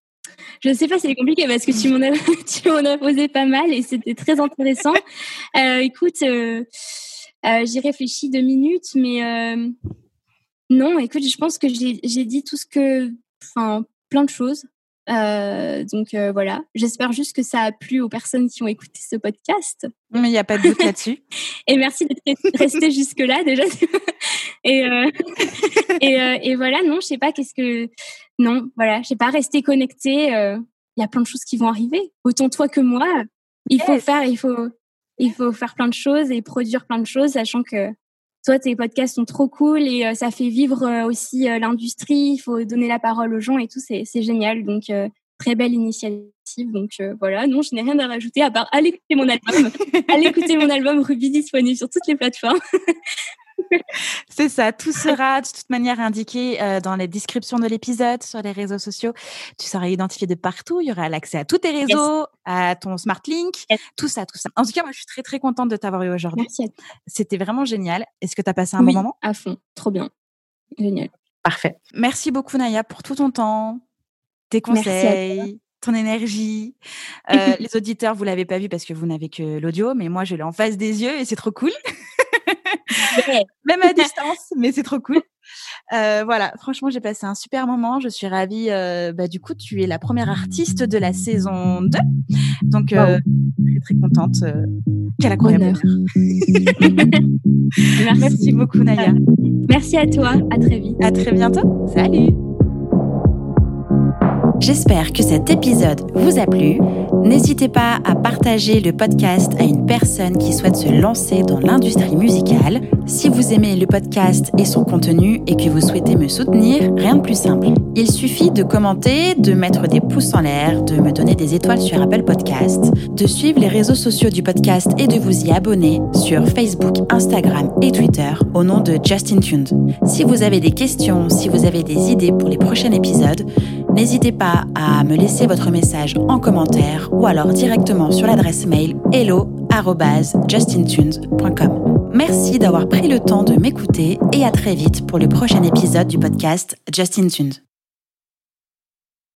Je ne sais pas, c'est compliqué parce que tu m'en as, tu m'en as posé pas mal et c'était très intéressant. euh, écoute, euh, euh, j'y réfléchis deux minutes, mais euh, non, écoute, je pense que j'ai, j'ai dit tout ce que... Enfin, plein de choses. Euh, donc euh, voilà, j'espère juste que ça a plu aux personnes qui ont écouté ce podcast. Mais il n'y a pas de doute là-dessus. Et merci d'être resté jusque-là déjà. et, euh, et, euh, et voilà, non, je sais pas, qu'est-ce que... Non, voilà, je sais pas, rester connecté. Il euh, y a plein de choses qui vont arriver. Autant toi que moi, il faut yes. faire, il faut, il faut faire plein de choses et produire plein de choses, sachant que toi, tes podcasts sont trop cool et euh, ça fait vivre euh, aussi euh, l'industrie. Il faut donner la parole aux gens et tout, c'est, c'est génial. Donc, euh, très belle initiative. Donc, euh, voilà. Non, je n'ai rien à rajouter à part aller écouter mon album. Allez écouter mon album Ruby, disponible sur toutes les plateformes. C'est ça, tout sera de toute manière indiqué euh, dans les descriptions de l'épisode, sur les réseaux sociaux. Tu seras identifié de partout, il y aura l'accès à tous tes réseaux, yes. à ton smart link, yes. tout ça, tout ça. En tout cas, moi, je suis très, très contente de t'avoir eu aujourd'hui. Merci à toi. C'était vraiment génial. Est-ce que tu as passé un oui, bon moment? À fond, trop bien. Génial. Parfait. Merci beaucoup, Naya, pour tout ton temps, tes conseils, ton énergie. Euh, les auditeurs, vous ne l'avez pas vu parce que vous n'avez que l'audio, mais moi, je l'ai en face des yeux et c'est trop cool. Ouais. Même à distance, mais c'est trop cool. Euh, voilà, franchement, j'ai passé un super moment. Je suis ravie. Euh, bah, du coup, tu es la première artiste de la saison deux. Donc, euh, wow. très, très contente. Euh, quel incroyable honneur. Merci. Merci beaucoup, Naya. Merci à toi. À très vite. À très bientôt. Salut. J'espère que cet épisode vous a plu. N'hésitez pas à partager le podcast à une personne qui souhaite se lancer dans l'industrie musicale. Si vous aimez le podcast et son contenu et que vous souhaitez me soutenir, rien de plus simple. Il suffit de commenter, de mettre des pouces en l'air, de me donner des étoiles sur Apple Podcasts, de suivre les réseaux sociaux du podcast et de vous y abonner sur Facebook, Instagram et Twitter au nom de Justin Tuned. Si vous avez des questions, si vous avez des idées pour les prochains épisodes, n'hésitez pas à me laisser votre message en commentaire ou alors directement sur l'adresse mail hello arobase justin tunes point com. Merci d'avoir pris le temps de m'écouter et à très vite pour le prochain épisode du podcast Justin Tuned.